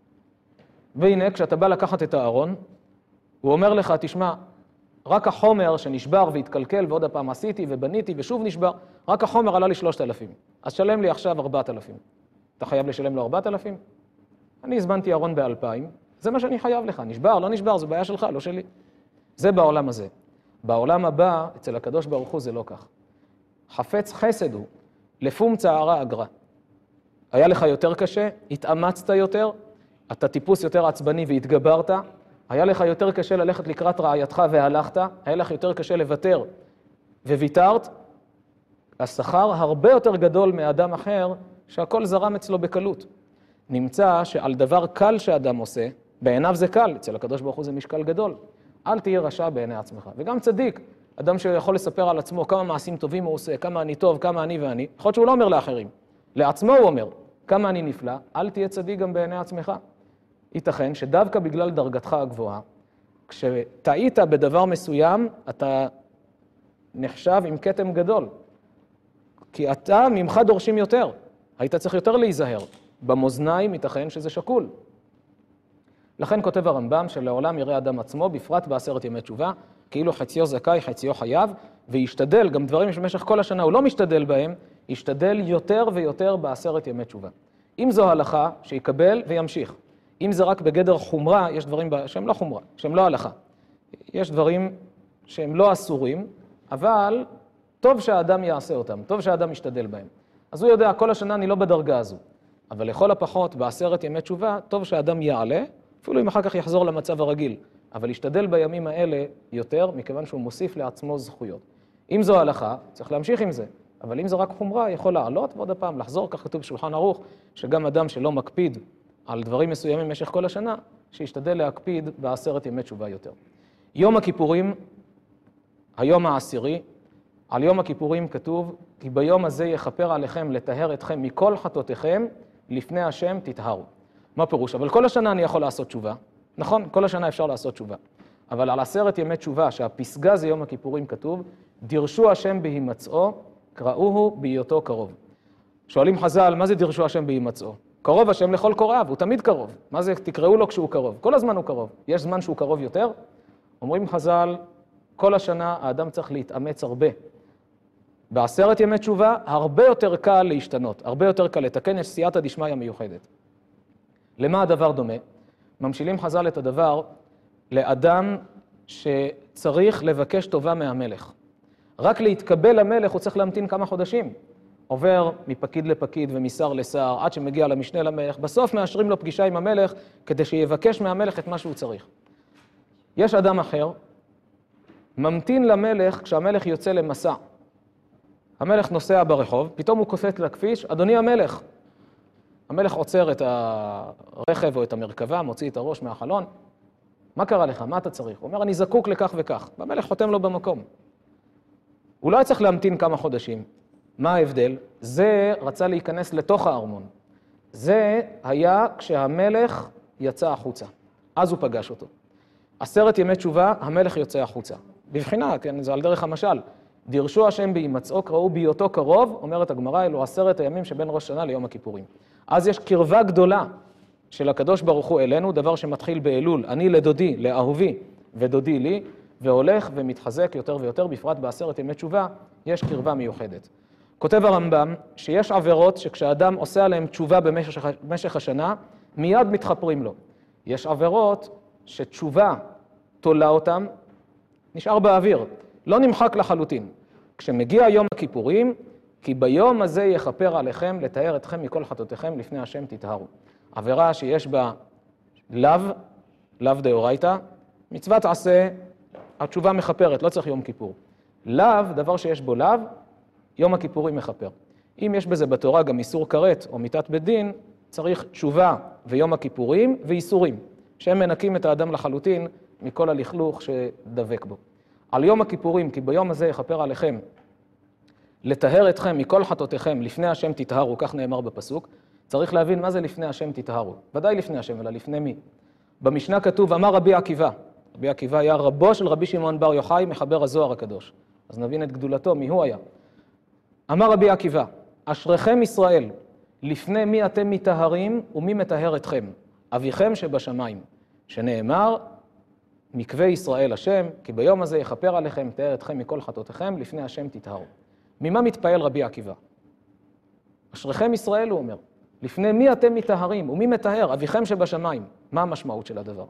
והנה, כשאתה בא לקחת את הארון, הוא אומר לך, תשמע, רק החומר שנשבר והתקלקל, ועוד הפעם עשיתי ובניתי ושוב נשבר, רק החומר עלה לי שלושת אלפים. אז שלם לי עכשיו ארבעת אלפים. אתה חייב לשלם לו ארבעת אלפים? אני הזמנתי ארון באלפיים, זה מה שאני חייב לך. נשבר, לא נשבר, זו בעיה שלך, לא שלי. זה בעולם הזה. בעולם הבא, אצל הקדוש ברוך הוא זה לא כך. חפץ חסד הוא, לפום צערה אגרה. היה לך יותר קשה, התאמצת יותר, אתה טיפוס יותר עצבני והתגברת, היה לך יותר קשה ללכת לקראת רעייתך והלכת, היה לך יותר קשה לוותר וויתרת, השכר הרבה יותר גדול מאדם אחר שהכל זרם אצלו בקלות. נמצא שעל דבר קל שאדם עושה, בעיניו זה קל, אצל הקדוש ברוך הוא זה משקל גדול. אל תהיה רשע בעיני עצמך. וגם צדיק, אדם שיכול לספר על עצמו כמה מעשים טובים הוא עושה, כמה אני טוב, כמה אני ואני, יכול להיות שהוא לא אומר לאחרים. לעצמו הוא אומר, כמה אני נפלא, אל תהיה צדיק גם בעיני עצמך. ייתכן שדווקא בגלל דרגתך הגבוהה, כשטעית בדבר מסוים, אתה נחשב עם כתם גדול. כי אתה ממך דורשים יותר. היית צריך יותר להיזהר. במאזניים ייתכן שזה שקול. לכן כותב הרמב"ם שלעולם יראה אדם עצמו, בפרט בעשרת ימי תשובה, כאילו חציו זכאי, חציו חייב, וישתדל, גם דברים שבמשך כל השנה הוא לא משתדל בהם, ישתדל יותר ויותר בעשרת ימי תשובה. אם זו הלכה, שיקבל וימשיך. אם זה רק בגדר חומרה, יש דברים שהם לא חומרה, שהם לא הלכה. יש דברים שהם לא אסורים, אבל טוב שהאדם יעשה אותם, טוב שהאדם ישתדל בהם. אז הוא יודע, כל השנה אני לא בדרגה הזו. אבל לכל הפחות, בעשרת ימי תשובה, טוב שהאדם יעלה, אפילו אם אחר כך יחזור למצב הרגיל. אבל ישתדל בימים האלה יותר, מכיוון שהוא מוסיף לעצמו זכויות. אם זו הלכה, צריך להמשיך עם זה. אבל אם זה רק חומרה, יכול לעלות, ועוד הפעם לחזור, כך כתוב בשולחן ערוך, שגם אדם שלא מקפיד על דברים מסוימים במשך כל השנה, שישתדל להקפיד בעשרת ימי תשובה יותר. יום הכיפורים, היום העשירי, על יום הכיפורים כתוב, כי ביום הזה יכפר עליכם לטהר אתכם מכל חטאותיכם, לפני השם תטהרו. מה פירוש? אבל כל השנה אני יכול לעשות תשובה. נכון, כל השנה אפשר לעשות תשובה. אבל על עשרת ימי תשובה, שהפסגה זה יום הכיפורים כתוב, דירשו השם בהימצאו, קראוהו בהיותו קרוב. שואלים חז"ל, מה זה דירשו השם בהימצאו? קרוב השם לכל קוראיו, הוא תמיד קרוב. מה זה תקראו לו כשהוא קרוב? כל הזמן הוא קרוב. יש זמן שהוא קרוב יותר? אומרים חז"ל, כל השנה האדם צריך להתאמץ הרבה. בעשרת ימי תשובה, הרבה יותר קל להשתנות, הרבה יותר קל לתקן, יש סייעתא דשמיא מיוחדת. למה הדבר דומה? ממשילים חז"ל את הדבר לאדם שצריך לבקש טובה מהמלך. רק להתקבל למלך הוא צריך להמתין כמה חודשים. עובר מפקיד לפקיד ומשר לשר, עד שמגיע למשנה למלך. בסוף מאשרים לו פגישה עם המלך, כדי שיבקש מהמלך את מה שהוא צריך. יש אדם אחר, ממתין למלך כשהמלך יוצא למסע. המלך נוסע ברחוב, פתאום הוא קופץ לכביש, אדוני המלך. המלך עוצר את הרכב או את המרכבה, מוציא את הראש מהחלון. מה קרה לך? מה אתה צריך? הוא אומר, אני זקוק לכך וכך. והמלך חותם לו במקום. הוא לא צריך להמתין כמה חודשים. מה ההבדל? זה רצה להיכנס לתוך הארמון. זה היה כשהמלך יצא החוצה. אז הוא פגש אותו. עשרת ימי תשובה, המלך יוצא החוצה. בבחינה, כן, זה על דרך המשל. דירשו השם בהימצאו, קראו בהיותו קרוב, אומרת הגמרא, אלו עשרת הימים שבין ראש שנה ליום הכיפורים. אז יש קרבה גדולה של הקדוש ברוך הוא אלינו, דבר שמתחיל באלול, אני לדודי, לאהובי ודודי לי, והולך ומתחזק יותר ויותר, בפרט בעשרת ימי תשובה, יש קרבה מיוחדת. כותב הרמב"ם שיש עבירות שכשאדם עושה עליהן תשובה במשך, במשך השנה, מיד מתחפרים לו. יש עבירות שתשובה תולה אותם, נשאר באוויר, לא נמחק לחלוטין. כשמגיע יום הכיפורים, כי ביום הזה יכפר עליכם לתאר אתכם מכל חטאותיכם לפני השם תטהרו. עבירה שיש בה לאו, לאו דאורייתא, מצוות עשה, התשובה מחפרת, לא צריך יום כיפור. לאו, דבר שיש בו לאו, יום הכיפורים מחפר. אם יש בזה בתורה גם איסור כרת או מיתת בית דין, צריך תשובה ויום הכיפורים ואיסורים, שהם מנקים את האדם לחלוטין מכל הלכלוך שדבק בו. על יום הכיפורים, כי ביום הזה יכפר עליכם, לטהר אתכם מכל חטאותיכם לפני השם תטהרו, כך נאמר בפסוק, צריך להבין מה זה לפני השם תטהרו. ודאי לפני השם, אלא לפני מי? במשנה כתוב, אמר רבי עקיבא. רבי עקיבא היה רבו של רבי שמעון בר יוחאי, מחבר הזוהר הקדוש. אז נבין את גדולתו, מי הוא היה. אמר רבי עקיבא, אשריכם ישראל, לפני מי אתם מטהרים ומי מטהר אתכם? אביכם שבשמיים, שנאמר, מקווה ישראל השם, כי ביום הזה יכפר עליכם, תאר אתכם מכל חטאותיכם, לפני השם תטהרו. ממה מתפעל רבי עקיבא? אשריכם ישראל, הוא אומר, לפני מי אתם מטהרים ומי מטהר? אביכם שבשמיים. מה המשמעות של הדבר?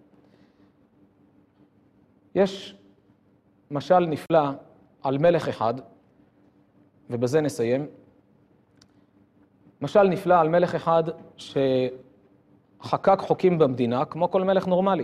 יש משל נפלא על מלך אחד, ובזה נסיים. משל נפלא על מלך אחד שחקק חוקים במדינה, כמו כל מלך נורמלי.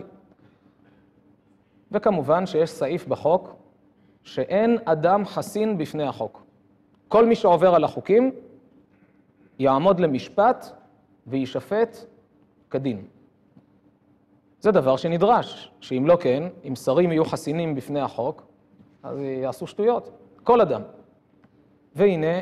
וכמובן שיש סעיף בחוק שאין אדם חסין בפני החוק. כל מי שעובר על החוקים יעמוד למשפט וישפט כדין. זה דבר שנדרש, שאם לא כן, אם שרים יהיו חסינים בפני החוק, אז יעשו שטויות, כל אדם. והנה,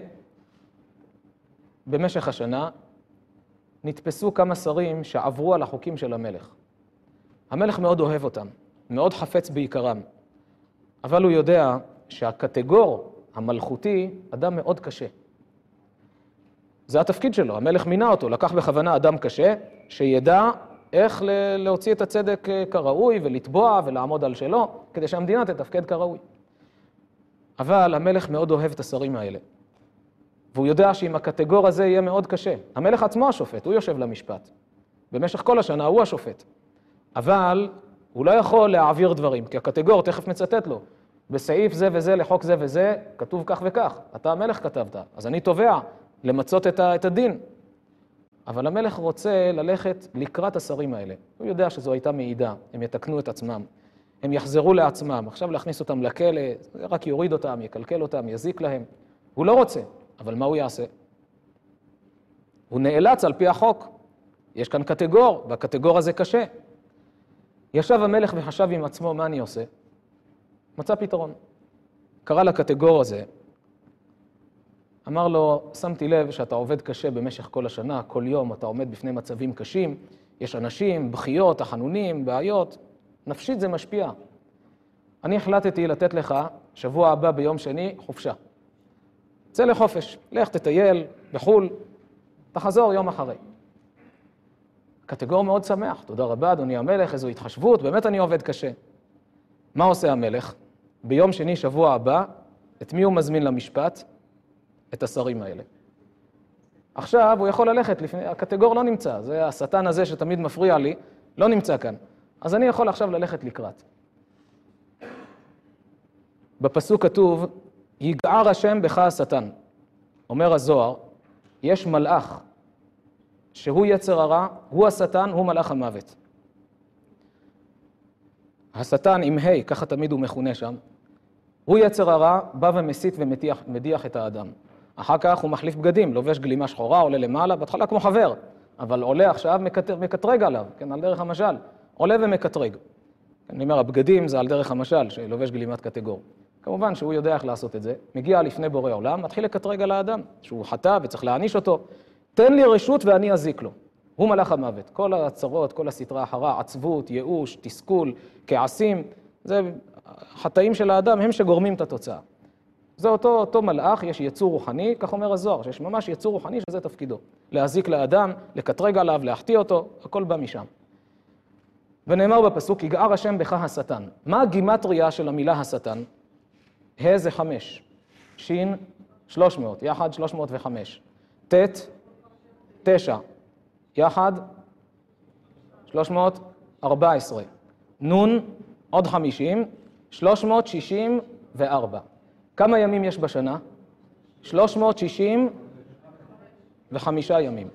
במשך השנה נתפסו כמה שרים שעברו על החוקים של המלך. המלך מאוד אוהב אותם, מאוד חפץ בעיקרם, אבל הוא יודע שהקטגור המלכותי אדם מאוד קשה. זה התפקיד שלו, המלך מינה אותו, לקח בכוונה אדם קשה, שידע איך להוציא את הצדק כראוי ולתבוע ולעמוד על שלו, כדי שהמדינה תתפקד כראוי. אבל המלך מאוד אוהב את השרים האלה. והוא יודע שאם הקטגור הזה יהיה מאוד קשה, המלך עצמו השופט, הוא יושב למשפט. במשך כל השנה הוא השופט. אבל הוא לא יכול להעביר דברים, כי הקטגור תכף מצטט לו. בסעיף זה וזה, לחוק זה וזה, כתוב כך וכך. אתה המלך כתבת, אז אני תובע למצות את הדין. אבל המלך רוצה ללכת לקראת השרים האלה. הוא יודע שזו הייתה מעידה, הם יתקנו את עצמם, הם יחזרו לעצמם. עכשיו להכניס אותם לכלא, זה רק יוריד אותם, יקלקל אותם, יזיק להם. הוא לא רוצה, אבל מה הוא יעשה? הוא נאלץ על פי החוק. יש כאן קטגור, והקטגור הזה קשה. ישב המלך וחשב עם עצמו, מה אני עושה? מצא פתרון. קרא לקטגור הזה, אמר לו, שמתי לב שאתה עובד קשה במשך כל השנה, כל יום אתה עומד בפני מצבים קשים, יש אנשים, בחיות, תחנונים, בעיות, נפשית זה משפיע. אני החלטתי לתת לך שבוע הבא ביום שני חופשה. צא לחופש, לך תטייל בחול, תחזור יום אחרי. קטגור מאוד שמח, תודה רבה אדוני המלך, איזו התחשבות, באמת אני עובד קשה. מה עושה המלך? ביום שני שבוע הבא, את מי הוא מזמין למשפט? את השרים האלה. עכשיו הוא יכול ללכת, לפני, הקטגור לא נמצא, זה השטן הזה שתמיד מפריע לי, לא נמצא כאן. אז אני יכול עכשיו ללכת לקראת. בפסוק כתוב, יגער השם בך השטן. אומר הזוהר, יש מלאך שהוא יצר הרע, הוא השטן, הוא מלאך המוות. השטן עם ה', ככה תמיד הוא מכונה שם, הוא יצר הרע, בא ומסית ומדיח את האדם. אחר כך הוא מחליף בגדים, לובש גלימה שחורה, עולה למעלה, בהתחלה כמו חבר, אבל עולה עכשיו, מקטרג עליו, כן, על דרך המשל, עולה ומקטרג. אני אומר, הבגדים זה על דרך המשל, שלובש גלימת קטגור. כמובן שהוא יודע איך לעשות את זה, מגיע לפני בורא עולם, מתחיל לקטרג על האדם, שהוא חטא וצריך להעניש אותו, תן לי רשות ואני אזיק לו. הוא מלאך המוות. כל הצרות, כל הסתרה אחרה, עצבות, ייאוש, תסכול, כעסים, זה חטאים של האדם, הם שגורמים את התוצאה. זה אותו, אותו מלאך, יש יצור רוחני, כך אומר הזוהר, שיש ממש יצור רוחני שזה תפקידו. להזיק לאדם, לקטרג עליו, להחטיא אותו, הכל בא משם. ונאמר בפסוק, יגער השם בך השטן. מה הגימטריה של המילה השטן? ה' זה חמש, שין שלוש מאות, יחד שלוש מאות וחמש, ת' תשע, יחד שלוש מאות וארבע עשרה, נון עוד חמישים, שלוש מאות שישים וארבע. כמה ימים יש בשנה? שלוש מאות שישים וחמישה ימים.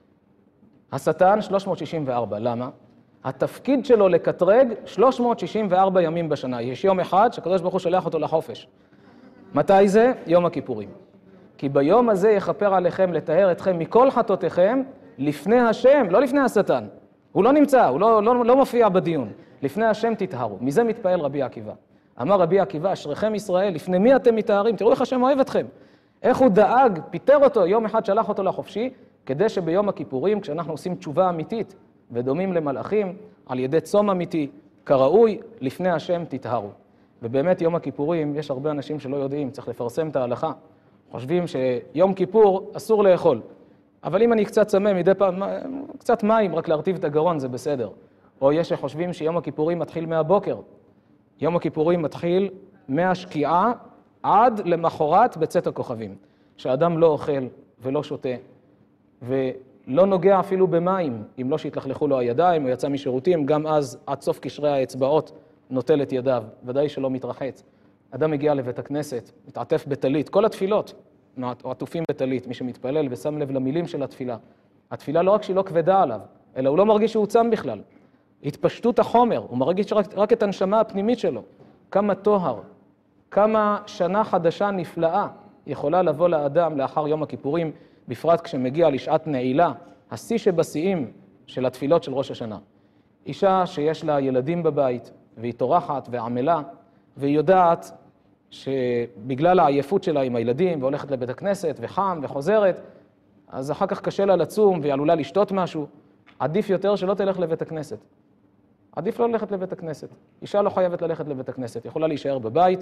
השטן שלוש מאות שישים וארבע, למה? התפקיד שלו לקטרג שלוש מאות שישים וארבע ימים בשנה. יש יום אחד שהקדוש ברוך הוא שולח אותו לחופש. מתי זה? יום הכיפורים. כי ביום הזה יכפר עליכם לטהר אתכם מכל חטאותיכם לפני השם, לא לפני השטן. הוא לא נמצא, הוא לא, לא, לא מופיע בדיון. לפני השם תטהרו. מזה מתפעל רבי עקיבא. אמר רבי עקיבא, אשריכם ישראל, לפני מי אתם מתארים? תראו איך השם אוהב אתכם. איך הוא דאג, פיטר אותו, יום אחד שלח אותו לחופשי, כדי שביום הכיפורים, כשאנחנו עושים תשובה אמיתית ודומים למלאכים, על ידי צום אמיתי, כראוי, לפני השם תטהרו. ובאמת יום הכיפורים, יש הרבה אנשים שלא יודעים, צריך לפרסם את ההלכה. חושבים שיום כיפור אסור לאכול. אבל אם אני קצת צמא מדי פעם, קצת מים, רק להרטיב את הגרון, זה בסדר. או יש שחושבים שיום הכיפורים מתחיל מהבוקר. יום הכיפורים מתחיל מהשקיעה עד למחרת בצאת הכוכבים. שהאדם לא אוכל ולא שותה, ולא נוגע אפילו במים, אם לא שיתלכלכו לו הידיים, או יצא משירותים, גם אז עד סוף קשרי האצבעות נוטל את ידיו, ודאי שלא מתרחץ. אדם מגיע לבית הכנסת, מתעטף בטלית, כל התפילות עטופים בטלית, מי שמתפלל ושם לב למילים של התפילה. התפילה לא רק שהיא לא כבדה עליו, אלא הוא לא מרגיש שהוא צם בכלל. התפשטות החומר, הוא מרגיש רק, רק את הנשמה הפנימית שלו. כמה טוהר, כמה שנה חדשה נפלאה יכולה לבוא לאדם לאחר יום הכיפורים, בפרט כשמגיע לשעת נעילה, השיא שבשיאים של התפילות של ראש השנה. אישה שיש לה ילדים בבית, והיא טורחת ועמלה, והיא יודעת שבגלל העייפות שלה עם הילדים, והולכת לבית הכנסת וחם וחוזרת, אז אחר כך קשה לה לצום והיא עלולה לשתות משהו. עדיף יותר שלא תלך לבית הכנסת. עדיף לא ללכת לבית הכנסת. אישה לא חייבת ללכת לבית הכנסת, יכולה להישאר בבית,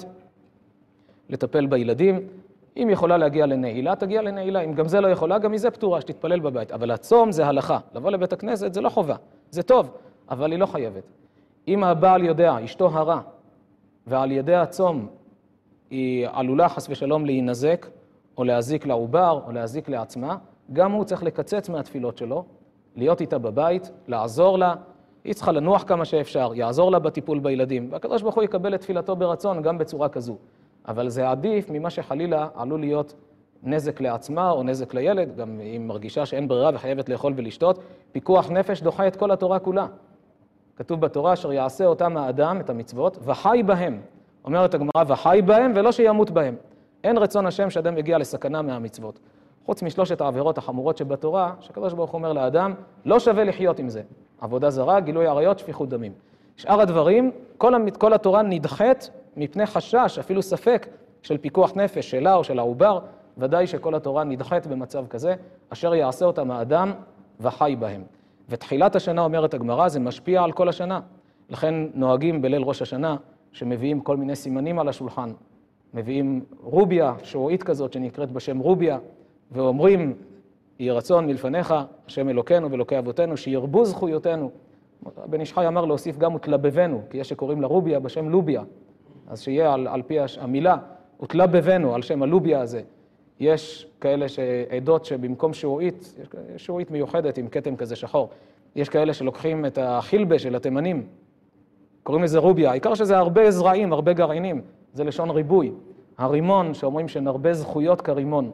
לטפל בילדים. אם יכולה להגיע לנעילה, תגיע לנעילה. אם גם זה לא יכולה, גם מזה פטורה, שתתפלל בבית. אבל הצום זה הלכה. לבוא לבית הכנסת זה לא חובה. זה טוב, אבל היא לא חייבת. אם הבעל יודע, אשתו הרע, ועל ידי הצום היא עלולה חס ושלום להינזק, או להזיק לעובר, או להזיק לעצמה, גם הוא צריך לקצץ מהתפילות שלו, להיות איתה בבית, לעזור לה, היא צריכה לנוח כמה שאפשר, יעזור לה בטיפול בילדים, והקדוש ברוך הוא יקבל את תפילתו ברצון גם בצורה כזו. אבל זה עדיף ממה שחלילה עלול להיות נזק לעצמה או נזק לילד, גם היא מרגישה שאין ברירה וחייבת לאכול ולשתות, פיקוח נפש דוחה את כל התורה כולה. כתוב בתורה אשר יעשה אותם האדם, את המצוות, וחי בהם. אומרת הגמרא, וחי בהם ולא שימות בהם. אין רצון השם שאדם יגיע לסכנה מהמצוות. חוץ משלושת העבירות החמורות שבתורה, שהקדוש ברוך הוא אומר לאדם, לא שווה לחיות עם זה. עבודה זרה, גילוי עריות, שפיכות דמים. שאר הדברים, כל, כל התורה נדחת מפני חשש, אפילו ספק, של פיקוח נפש שלה או של העובר, ודאי שכל התורה נדחת במצב כזה, אשר יעשה אותם האדם וחי בהם. ותחילת השנה, אומרת הגמרא, זה משפיע על כל השנה. לכן נוהגים בליל ראש השנה, שמביאים כל מיני סימנים על השולחן. מביאים רוביה, שועית כזאת שנקראת בשם רוביה, ואומרים, יהי רצון מלפניך, השם אלוקינו ואלוקי אבותינו, שירבו זכויותינו. בן איש חי אמר להוסיף גם ותלבבנו, כי יש שקוראים לה רוביה בשם לוביה. אז שיהיה על, על פי המילה, ותלבבנו, על שם הלוביה הזה. יש כאלה שעדות שבמקום שועית, יש שועית מיוחדת עם כתם כזה שחור. יש כאלה שלוקחים את החילבה של התימנים, קוראים לזה רוביה. העיקר שזה הרבה זרעים, הרבה גרעינים. זה לשון ריבוי. הרימון, שאומרים שנרבה זכויות כרימון.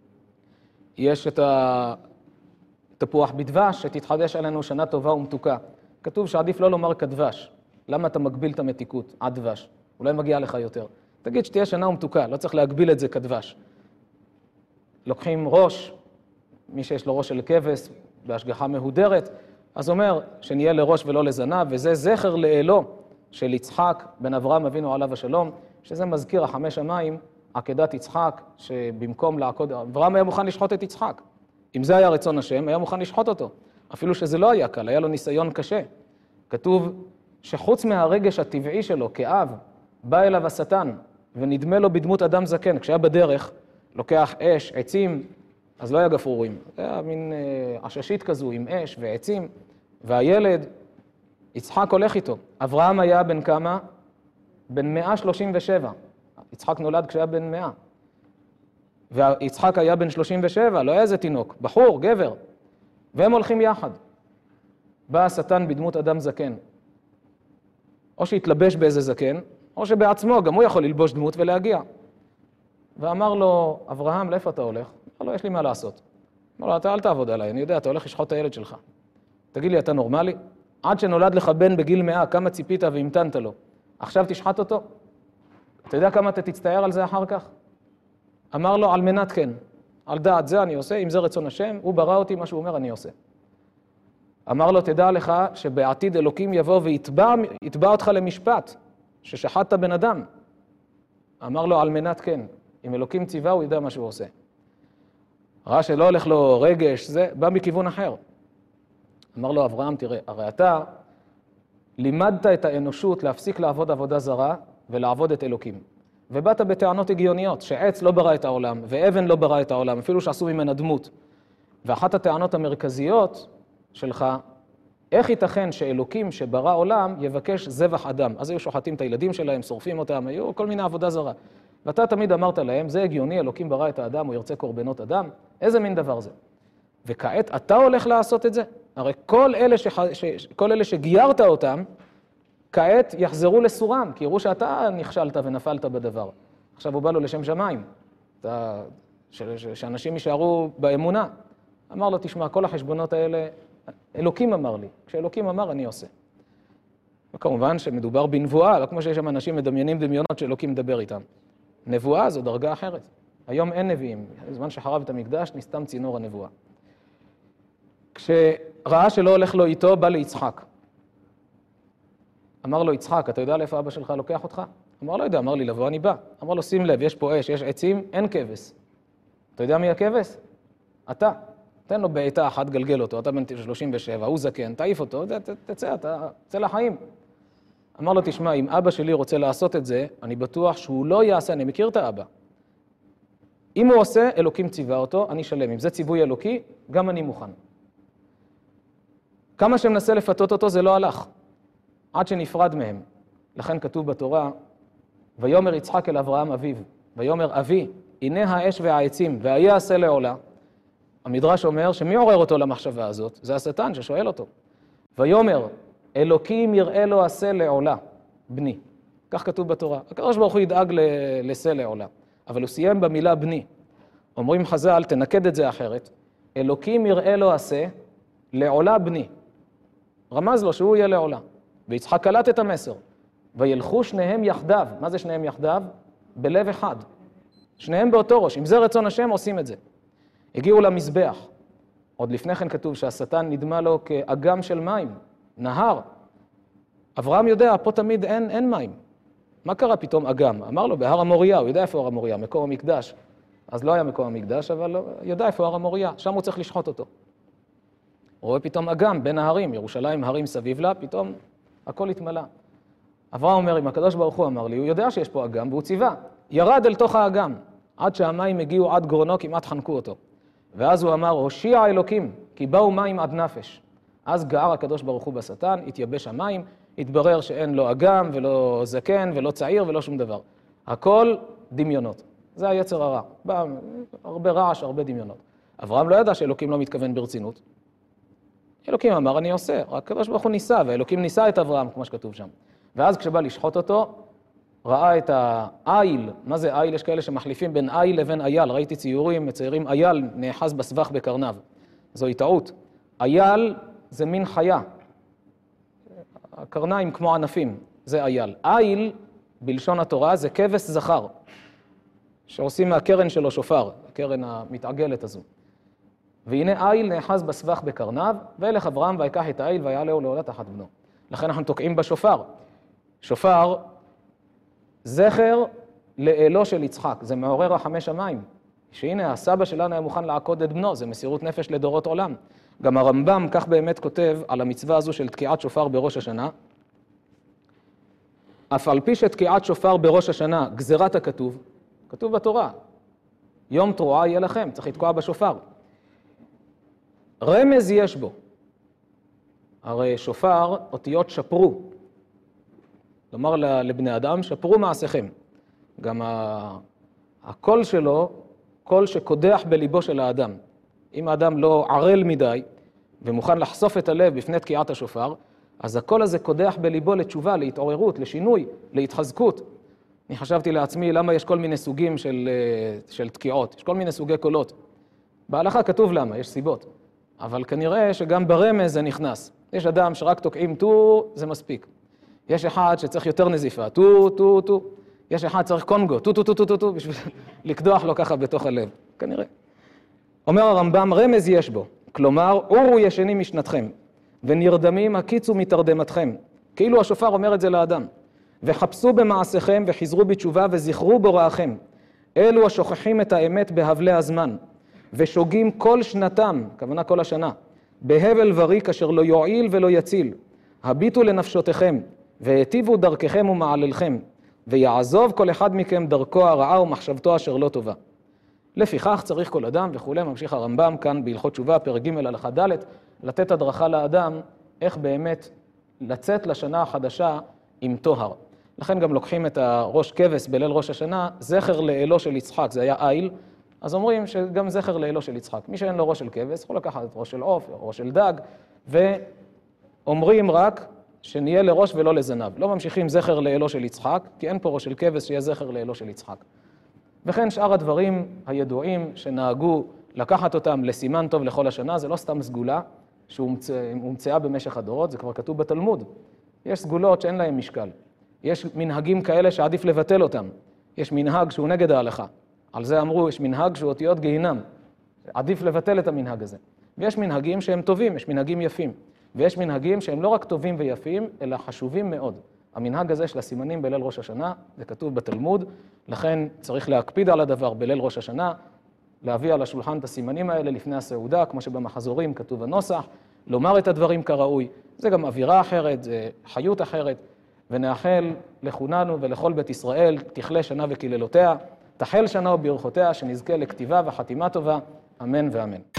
יש את התפוח בדבש, שתתחדש עלינו שנה טובה ומתוקה. כתוב שעדיף לא לומר כדבש. למה אתה מגביל את המתיקות? עד דבש. אולי מגיע לך יותר. תגיד שתהיה שנה ומתוקה, לא צריך להגביל את זה כדבש. לוקחים ראש, מי שיש לו ראש של כבש, בהשגחה מהודרת, אז אומר שנהיה לראש ולא לזנב, וזה זכר לאלו של יצחק בן אברהם אבינו עליו השלום, שזה מזכיר החמש המים, עקדת יצחק, שבמקום לעקוד, אברהם היה מוכן לשחוט את יצחק. אם זה היה רצון השם, היה מוכן לשחוט אותו. אפילו שזה לא היה קל, היה לו ניסיון קשה. כתוב שחוץ מהרגש הטבעי שלו כאב, בא אליו השטן, ונדמה לו בדמות אדם זקן. כשהיה בדרך, לוקח אש, עצים, אז לא היה גפרורים. זה היה מין אה, עששית כזו עם אש ועצים, והילד יצחק הולך איתו. אברהם היה בן כמה? בן מאה שלושים ושבע. יצחק נולד כשהיה בן מאה. ויצחק היה בן שלושים ושבע, לא היה איזה תינוק, בחור, גבר. והם הולכים יחד. בא השטן בדמות אדם זקן. או שהתלבש באיזה זקן, או שבעצמו גם הוא יכול ללבוש דמות ולהגיע. ואמר לו, אברהם, לאיפה אתה הולך? אמר לו, יש לי מה לעשות. אמר לו, אתה אל תעבוד עליי, אני יודע, אתה הולך לשחוט את הילד שלך. תגיד לי, אתה נורמלי? עד שנולד לך בן בגיל מאה, כמה ציפית והמתנת לו. עכשיו תשחט אותו? אתה יודע כמה אתה תצטער על זה אחר כך? אמר לו, על מנת כן. על דעת זה אני עושה, אם זה רצון השם, הוא ברא אותי, מה שהוא אומר אני עושה. אמר לו, תדע לך שבעתיד אלוקים יבוא ויתבע יתבע אותך למשפט, ששחטת בן אדם. אמר לו, על מנת כן. אם אלוקים ציווה, הוא ידע מה שהוא עושה. ראה שלא הולך לו רגש, זה בא מכיוון אחר. אמר לו, אברהם, תראה, הרי אתה לימדת את האנושות להפסיק לעבוד עבודה זרה ולעבוד את אלוקים. ובאת בטענות הגיוניות, שעץ לא ברא את העולם, ואבן לא ברא את העולם, אפילו שעשו ממנה דמות. ואחת הטענות המרכזיות שלך, איך ייתכן שאלוקים שברא עולם יבקש זבח אדם? אז היו שוחטים את הילדים שלהם, שורפים אותם, היו כל מיני עבודה זרה. ואתה תמיד אמרת להם, זה הגיוני, אלוקים ברא את האדם, הוא ירצה קורבנות אדם. איזה מין דבר זה? וכעת אתה הולך לעשות את זה? הרי כל אלה, שח... ש... כל אלה שגיירת אותם, כעת יחזרו לסורם, כי יראו שאתה נכשלת ונפלת בדבר. עכשיו הוא בא לו לשם שמיים, אתה... ש... ש... שאנשים יישארו באמונה. אמר לו, תשמע, כל החשבונות האלה, אלוקים אמר לי. כשאלוקים אמר, אני עושה. וכמובן שמדובר בנבואה, לא כמו שיש שם אנשים מדמיינים דמיונות שאלוקים מדבר איתם. נבואה זו דרגה אחרת. היום אין נביאים. בזמן שחרב את המקדש, נסתם צינור הנבואה. כשראה שלא הולך לו איתו, בא ליצחק. אמר לו, יצחק, אתה יודע לאיפה אבא שלך לוקח אותך? אמר, לא יודע, אמר לי, לבוא אני בא. אמר לו, שים לב, יש פה אש, יש עצים, אין כבש. אתה יודע מי הכבש? אתה. תן לו בעיטה אחת, גלגל אותו, אתה בן שלושים ושבע, הוא זקן, תעיף אותו, תצא, תצא לחיים. אמר לו, תשמע, אם אבא שלי רוצה לעשות את זה, אני בטוח שהוא לא יעשה, אני מכיר את האבא. אם הוא עושה, אלוקים ציווה אותו, אני שלם. אם זה ציווי אלוקי, גם אני מוכן. כמה שמנסה לפתות אותו, זה לא הלך. עד שנפרד מהם. לכן כתוב בתורה, ויאמר יצחק אל אברהם אביו, ויאמר אבי, הנה האש והעצים, והיה עשה לעולה. המדרש אומר שמי עורר אותו למחשבה הזאת? זה השטן ששואל אותו. ויאמר, אלוקים יראה לו עשה לעולה, בני. כך כתוב בתורה. הקדוש ברוך הוא ידאג לעשה לעולה. אבל הוא סיים במילה בני. אומרים חז"ל, תנקד את זה אחרת. אלוקים יראה לו עשה לעולה בני. רמז לו שהוא יהיה לעולה. ויצחק קלט את המסר. וילכו שניהם יחדיו. מה זה שניהם יחדיו? בלב אחד. שניהם באותו ראש. אם זה רצון השם, עושים את זה. הגיעו למזבח. עוד לפני כן כתוב שהשטן נדמה לו כאגם של מים, נהר. אברהם יודע, פה תמיד אין, אין מים. מה קרה פתאום אגם? אמר לו, בהר המוריה, הוא יודע איפה הר המוריה, מקום המקדש. אז לא היה מקום המקדש, אבל לא, יודע איפה הר המוריה, שם הוא צריך לשחוט אותו. הוא רואה פתאום אגם בין ההרים, ירושלים הרים סביב לה, פתאום הכל התמלא. אברהם אומר, אם הקדוש ברוך הוא אמר לי, הוא יודע שיש פה אגם, והוא ציווה. ירד אל תוך האגם, עד שהמים הגיעו עד גרונו, כמעט חנקו אותו. ואז הוא אמר, הושיע אלוקים, כי באו מים עד נפש. אז גער הקדוש ברוך הוא בשטן, התייבש המים, התברר שאין לו אגם ולא זקן ולא צעיר ולא שום דבר. הכל דמיונות. זה היצר הרע. בא הרבה רעש, הרבה דמיונות. אברהם לא ידע שאלוקים לא מתכוון ברצינות. אלוקים אמר, אני עושה. רק הקדוש ברוך הוא ניסה, ואלוקים ניסה את אברהם, כמו שכתוב שם. ואז כשבא לשחוט אותו, ראה את האיל. מה זה איל? יש כאלה שמחליפים בין איל לבין אייל. ראיתי ציורים, מציירים אייל נאחז בסבך בקרניו. זוהי טעות. אייל זה מין חיה. הקרניים כמו ענפים, זה אייל. איל, בלשון התורה, זה כבש זכר, שעושים מהקרן שלו שופר, הקרן המתעגלת הזו. והנה איל נאחז בסבך בקרניו, וילך אברהם ויקח את האיל ויעלהו לעולה תחת בנו. לכן אנחנו תוקעים בשופר. שופר, זכר לאלו של יצחק, זה מעורר רחמי שמיים. שהנה הסבא שלנו היה מוכן לעקוד את בנו, זה מסירות נפש לדורות עולם. גם הרמב"ם כך באמת כותב על המצווה הזו של תקיעת שופר בראש השנה. אף על פי שתקיעת שופר בראש השנה, גזירת הכתוב, כתוב בתורה, יום תרועה יהיה לכם, צריך לתקוע בשופר. רמז יש בו. הרי שופר, אותיות שפרו. לומר לבני אדם, שפרו מעשיכם. גם הקול שלו, קול שקודח בליבו של האדם. אם האדם לא ערל מדי ומוכן לחשוף את הלב בפני תקיעת השופר, אז הקול הזה קודח בליבו לתשובה, להתעוררות, לשינוי, להתחזקות. אני חשבתי לעצמי למה יש כל מיני סוגים של, של תקיעות, יש כל מיני סוגי קולות. בהלכה כתוב למה, יש סיבות. אבל כנראה שגם ברמז זה נכנס. יש אדם שרק תוקעים טו, זה מספיק. יש אחד שצריך יותר נזיפה, טו, טו, טו. יש אחד צריך קונגו, טו, טו, טו, טו, טו, טו, בשביל לקדוח לו ככה בתוך הלב, כנראה. אומר הרמב"ם, רמז יש בו. כלומר, אורו ישנים משנתכם, ונרדמים הקיצו מתרדמתכם. כאילו השופר אומר את זה לאדם. וחפשו במעשיכם וחזרו בתשובה וזכרו בוראכם. אלו השוכחים את האמת בהבלי הזמן, ושוגים כל שנתם, כוונה כל השנה, בהבל וריק אשר לא יועיל ולא יציל. הביטו לנפשותיכם, והיטיבו דרככם ומעללכם, ויעזוב כל אחד מכם דרכו הרעה ומחשבתו אשר לא טובה. לפיכך צריך כל אדם וכו', ממשיך הרמב"ם כאן בהלכות תשובה, פרק ג' הלכה ד', לתת הדרכה לאדם איך באמת לצאת לשנה החדשה עם טוהר. לכן גם לוקחים את הראש כבש בליל ראש השנה, זכר לאלו של יצחק, זה היה איל, אז אומרים שגם זכר לאלו של יצחק. מי שאין לו ראש של כבש, יכול לקחת את ראש של עוף, ראש של דג, ואומרים רק שנהיה לראש ולא לזנב. לא ממשיכים זכר לאלו של יצחק, כי אין פה ראש של כבש שיהיה זכר לאלו של יצחק. וכן שאר הדברים הידועים שנהגו לקחת אותם לסימן טוב לכל השנה, זה לא סתם סגולה שהומצאה במשך הדורות, זה כבר כתוב בתלמוד. יש סגולות שאין להם משקל. יש מנהגים כאלה שעדיף לבטל אותם. יש מנהג שהוא נגד ההלכה. על זה אמרו, יש מנהג שהוא אותיות גיהינם. עדיף לבטל את המנהג הזה. ויש מנהגים שהם טובים, יש מנהגים יפים. ויש מנהגים שהם לא רק טובים ויפים, אלא חשובים מאוד. המנהג הזה של הסימנים בליל ראש השנה, זה כתוב בתלמוד, לכן צריך להקפיד על הדבר בליל ראש השנה, להביא על השולחן את הסימנים האלה לפני הסעודה, כמו שבמחזורים כתוב הנוסח, לומר את הדברים כראוי. זה גם אווירה אחרת, זה חיות אחרת, ונאחל לכולנו ולכל בית ישראל, תכלה שנה וקללותיה, תחל שנה וברכותיה, שנזכה לכתיבה וחתימה טובה, אמן ואמן.